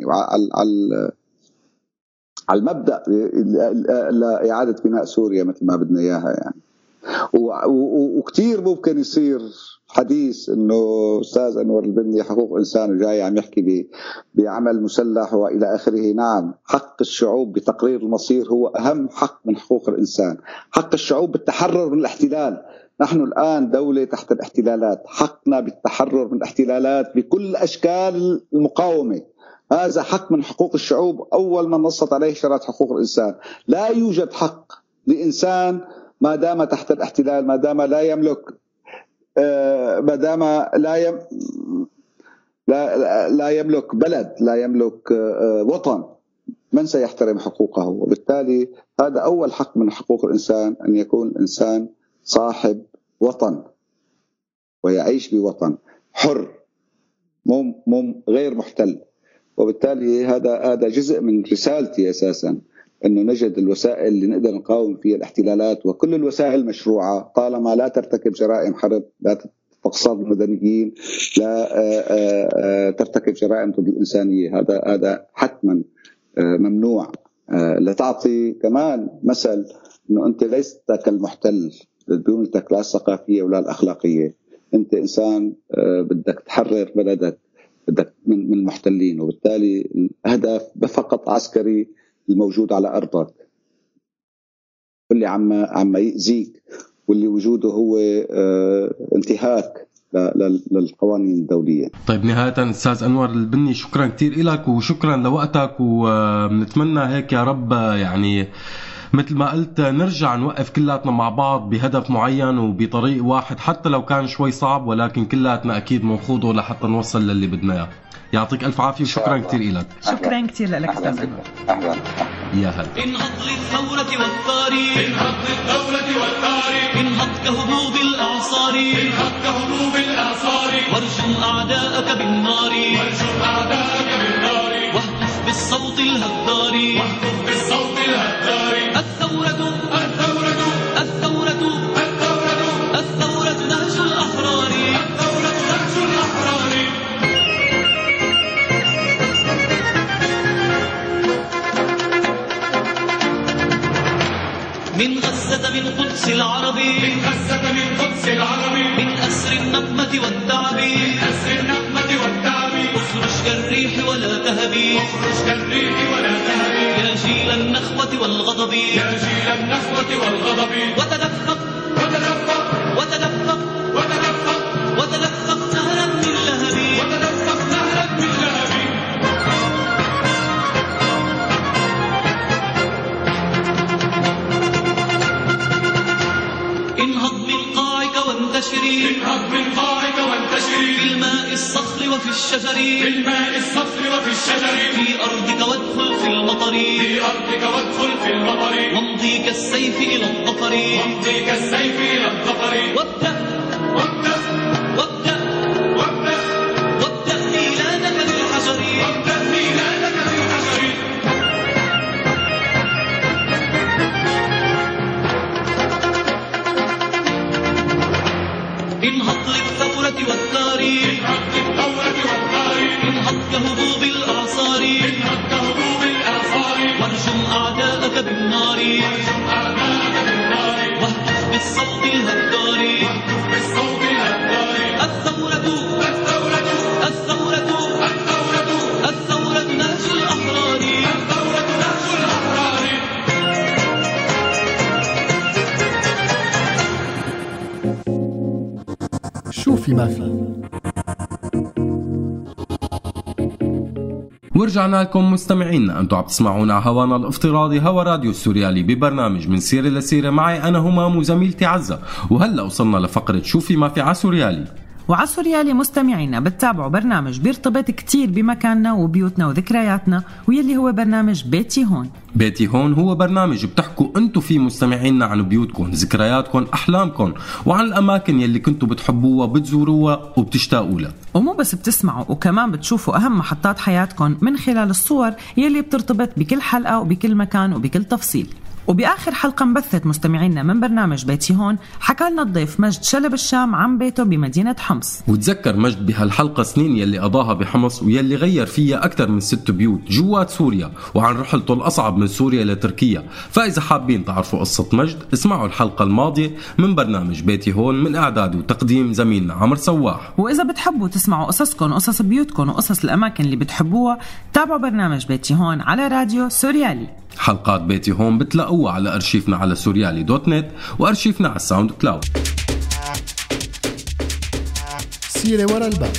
على المبدأ لإعادة بناء سوريا مثل ما بدنا إياها يعني. وكتير ممكن يصير حديث إنه أستاذ أنور البني حقوق إنسان وجاي عم يحكي بعمل مسلح وإلى آخره. نعم، حق الشعوب بتقرير المصير هو أهم حق من حقوق الإنسان. حق الشعوب بالتحرر من الاحتلال. نحن الآن دولة تحت الاحتلالات، حقنا بالتحرر من الاحتلالات بكل أشكال المقاومة. هذا حق من حقوق الشعوب، أول من نصت عليه شريعة حقوق الإنسان. لا يوجد حق لإنسان ما دام تحت الاحتلال، ما دام لا يملك، ما دام لا يملك بلد، لا يملك وطن، من سيحترم حقوقه؟ وبالتالي هذا أول حق من حقوق الإنسان، أن يكون الإنسان صاحب وطن ويعيش بوطن حر غير محتل. وبالتالي هذا جزء من رسالتي أساسا، أنه نجد الوسائل اللي نقدر نقاوم فيها الاحتلالات، وكل الوسائل مشروعة طالما لا ترتكب جرائم حرب، لا تقصد المدنيين، لا ترتكب جرائم ضد الإنسانية. هذا حتما ممنوع. لتعطي كمان مثل أنه أنت ليست كالمحتل بدونتك لا الثقافية ولا الأخلاقية. أنت إنسان بدك تحرر بلدك، بدك من المحتلين. وبالتالي الهدف فقط عسكري الموجود على أرضك، واللي عم يأذيك، واللي وجوده هو انتهاك للقوانين الدولية. طيب نهاية أستاذ أنور البني، شكرا كتير لك وشكرا لوقتك، ونتمنى هيك يا رب يعني مثل ما قلت نرجع نوقف كلاتنا مع بعض بهدف معين وبطريق واحد، حتى لو كان شوي صعب، ولكن كلاتنا أكيد منخوضه لحتى نوصل للي بدنا إياه. يعطيك ألف عافية وشكرا كتير لك. شكرا كتير لك أستاذ أنور. يا هلا. انهض للثورة والطاري، انهض للثورة والطاري، انهض كهبوب الأعصار، انهض كهبوب الأعصار، وارجم أعداءك بالنار، وارجم أعداءك بالنار، واهتف بالصوت الهدار، واهتف بالصوت الهدار. الثورة الثورة الثورة الثورة الثورة نهج الأحرار، الثورة نهج الأحرار. من أسر النقمة والتعب اخرج كالريح ولا تهبي يا جيل النخوة والغضب وتدفق نهرا من لهب انهض من قاعك وانتشري في الماء الصخر وفي الشجر في أرضك وادخل في المطر وامضي كالسيف إلى الظفر وابدأ ميلادك بالحجر انهض للثورة والثار انهض كهبوب الأعصار وارجم أعداءك بالنار واهتف بالصوت الهدار الثورة نهج الأحرار شوفي ما في. ورجعنا لكم مستمعينا، انتم عم تسمعونا على هوانا الافتراضي هوا راديو السوريالي ببرنامج من سيرة لسيرة. معي انا همام وزميلتي عزة، وهلا وصلنا لفقرة شوفي ما في عسوريالي. وعسوريالي مستمعينا بتتابعوا برنامج بيرتبط كتير بمكاننا وبيوتنا وذكرياتنا، ويلي هو برنامج بيتي هون. بيتي هون هو برنامج بتحكوا انتو فيه مستمعينا عن بيوتكم، ذكرياتكم، احلامكم، وعن الاماكن يلي كنتوا بتحبوها بتزوروها وبتشتاقوا لها. ومو بس بتسمعوا، وكمان بتشوفوا اهم محطات حياتكم من خلال الصور يلي بترتبط بكل حلقة وبكل مكان وبكل تفصيل. وبآخر حلقة انبثت مستمعينا من برنامج بيتي هون حكى لنا الضيف مجد شلب الشام عن بيته بمدينة حمص. وتذكر مجد بهالحلقة سنين يلي قضاها بحمص ويلي غير فيها أكثر من 6 بيوت جوات سوريا، وعن رحلته الأصعب من سوريا لتركيا. فإذا حابين تعرفوا قصة مجد اسمعوا الحلقة الماضية من برنامج بيتي هون من إعداد وتقديم زميلنا عمر سواح. وإذا بتحبوا تسمعوا قصصكم وقصص بيوتكم وقصص الأماكن اللي بتحبوها، تابعوا برنامج بيتي هون على راديو سوريالي. حلقات بيتي هون بتلاقوها على أرشيفنا على سوريالي.net وأرشيفنا على الساوند كلاود. سيرة ورا الباب.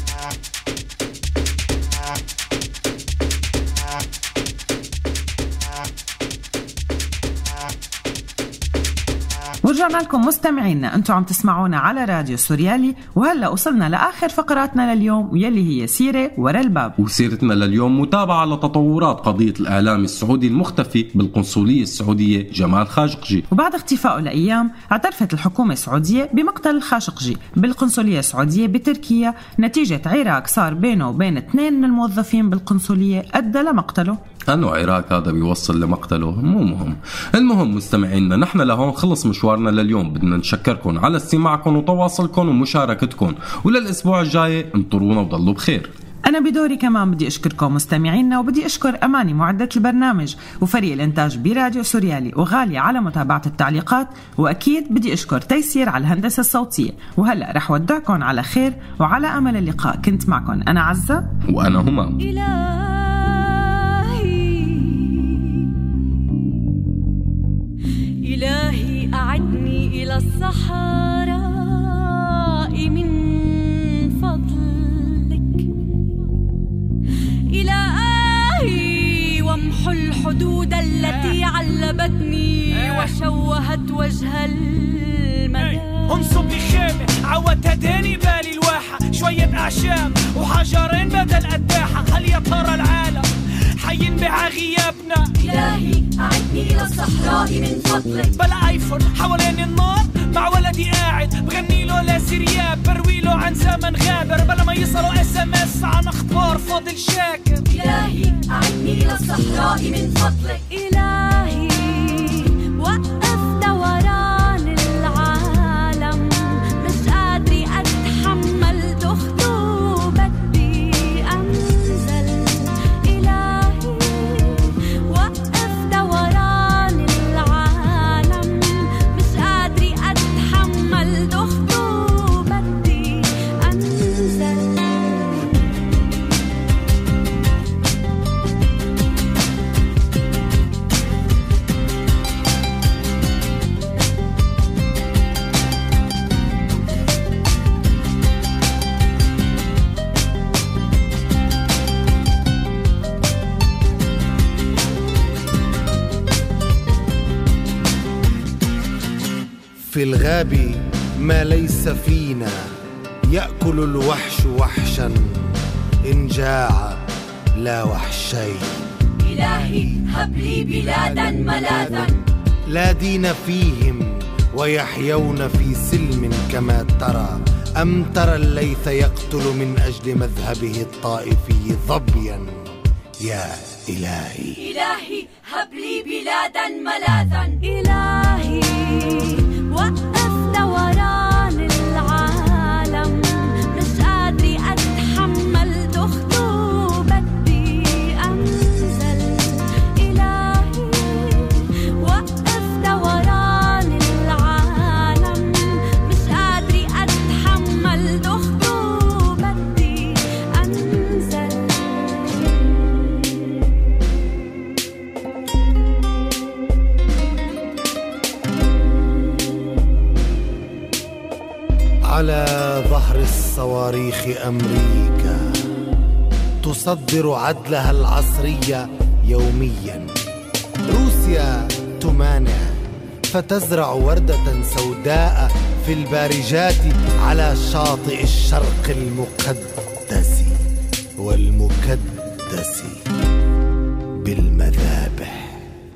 ورجعنا لكم مستمعينا، انتم عم تسمعونا على راديو سوريالي، وهلا وصلنا لاخر فقراتنا لليوم ويلي هي سيرة ورا الباب. وسيرتنا لليوم متابعة لتطورات قضية الإعلامي السعودي المختفي بالقنصلية السعودية جمال خاشقجي. وبعد اختفائه لأيام اعترفت الحكومة السعودية بمقتل الخاشقجي بالقنصلية السعودية بتركيا نتيجة عراك صار بينه وبين 2 من الموظفين بالقنصلية أدى لمقتله. أنه عراك هذا بيوصل لمقتله مو مهم. المهم مستمعينا، نحن لهون خلص مشوارنا لليوم. بدنا نشكركم على استماعكم وتواصلكم ومشاركتكم، وللأسبوع الجاي انطرونا وضلوا بخير. أنا بدوري كمان بدي أشكركم مستمعينا، وبدي أشكر أماني معدة البرنامج وفريق الإنتاج براديو سوريالي، وغالية على متابعة التعليقات، وأكيد بدي أشكر تيسير على الهندسة الصوتية. وهلأ رح ودعكم على خير وعلى أمل اللقاء. كنت معكم أنا عزة وأنا همام. إلهي أعدني إلى الصحراء من فضلك، إلهي وامحو الحدود التي علبتني وشوهت وجه المدى. انصب لي خيمة عودتها داني بالي الواحة، شوية أعشاب وحجرين بدل قداحة. هل يا ترى العالم حين بها غيابنا؟ إلهي أعدني إلى الصحراء من فضلك. بلا آيفون حوالين النار مع ولدي قاعد بغني له لاسرياب، بروي له عن زمن غابر بلا ما يصلوا SMS عن أخبار فاضل شاكر. إلهي أعدني إلى الصحراء من فضلك. إلهي وقف دوران العالم، مش قادري أتحمل دخته بدي أنزل. إلهي وقف دوران العالم، مش قادري أتحمل دخته في الغاب ما ليس فينا، يأكل الوحش وحشا إن جاع لا وحشين. إلهي هب لي بلادا ملاذا لا دين فيهم ويحيون في سلم كما ترى. أم ترى الليث يقتل من أجل مذهبه الطائفي ظبيا. يا إلهي إلهي هب لي بلادا ملاذا. إلهي وقف دوران العالم، مش قادري أتحمل دخته بدي أنزل. إلهي وقف دوران العالم، مش قادري أتحمل دخته بدي أنزل. على ظهر الصواريخ أمريكا تصدر عدلها العصري يوميا. روسيا تمانع فتزرع وردة سوداء في البارجات على شاطئ الشرق المقدس والمكدس بالمذابح.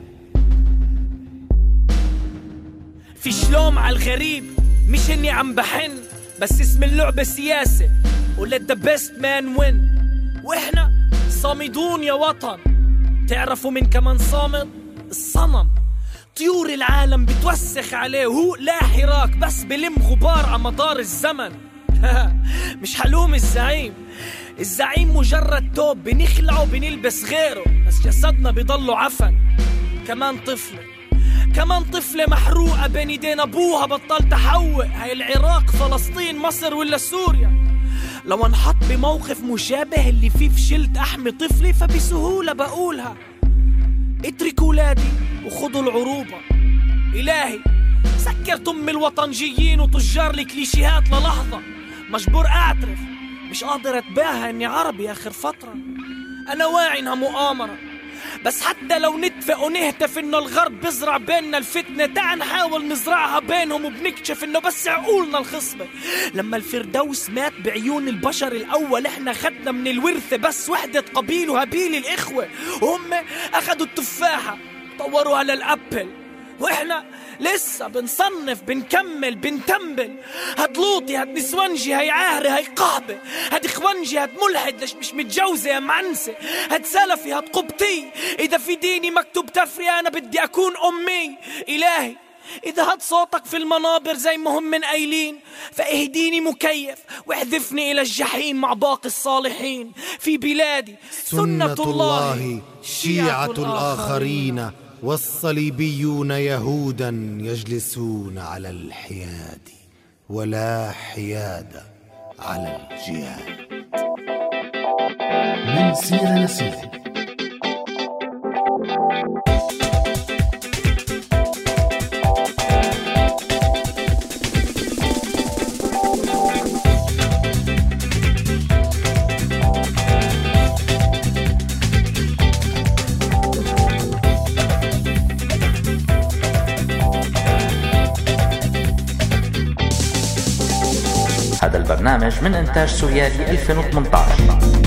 في شلوم على الغريب، مش اني عم بحن، بس اسم اللعبة سياسة ولا the best man win. واحنا صامدون يا وطن. تعرفوا من كمان صامد؟ الصنم. طيور العالم بتوسخ عليه وهو لا حراك، بس بلم غبار على مدار الزمن. مش حلوم الزعيم. الزعيم مجرد توب بنخلعه بنلبس غيره، بس جسدنا بيضلوا عفن. كمان طفلة محروقة بين ايدين ابوها بطل تحوق. هاي العراق، فلسطين، مصر ولا سوريا. لو انحط بموقف مشابه اللي فيه فشلت احمي طفلي، فبسهولة بقولها اتركوا ولادي وخذوا العروبة. إلهي سكرت ام الوطنجيين وتجار الكليشيهات للحظة. مجبور اعترف مش قادر اتباهى اني عربي اخر فترة. انا واعي انها مؤامرة، بس حتى لو نتفق ونهتف انه الغرب بيزرع بيننا الفتنة، تعال نحاول نزرعها بينهم وبنكشف انه بس عقولنا الخصبة. لما الفردوس مات بعيون البشر الاول، احنا خدنا من الورثة بس وحدة قبيل وهابيل الإخوة، وهم اخدوا التفاحة طوروها للأبل، واحنا لسه بنصنف بنكمل بنتنبل. هاد لوطي، هاد نسوانجي، هاي عاهري، هاي قهبة، هاد اخوانجي، هاد ملحد ليش مش متجوزة يا معنسة، هاد سلفي، هاد قبطي. اذا في ديني مكتوب تفري انا بدي اكون امي. الهي اذا هاد صوتك في المنابر زي ما هم من قايلين، فاهديني مكيف واحذفني الى الجحيم مع باقي الصالحين. في بلادي سنة الله شيعة الآخرين، والصليبيون يهودا يجلسون على الحياد، ولا حياد على الجهاد. من سيرة لسيرة. هذا البرنامج من إنتاج سوريالي 2018.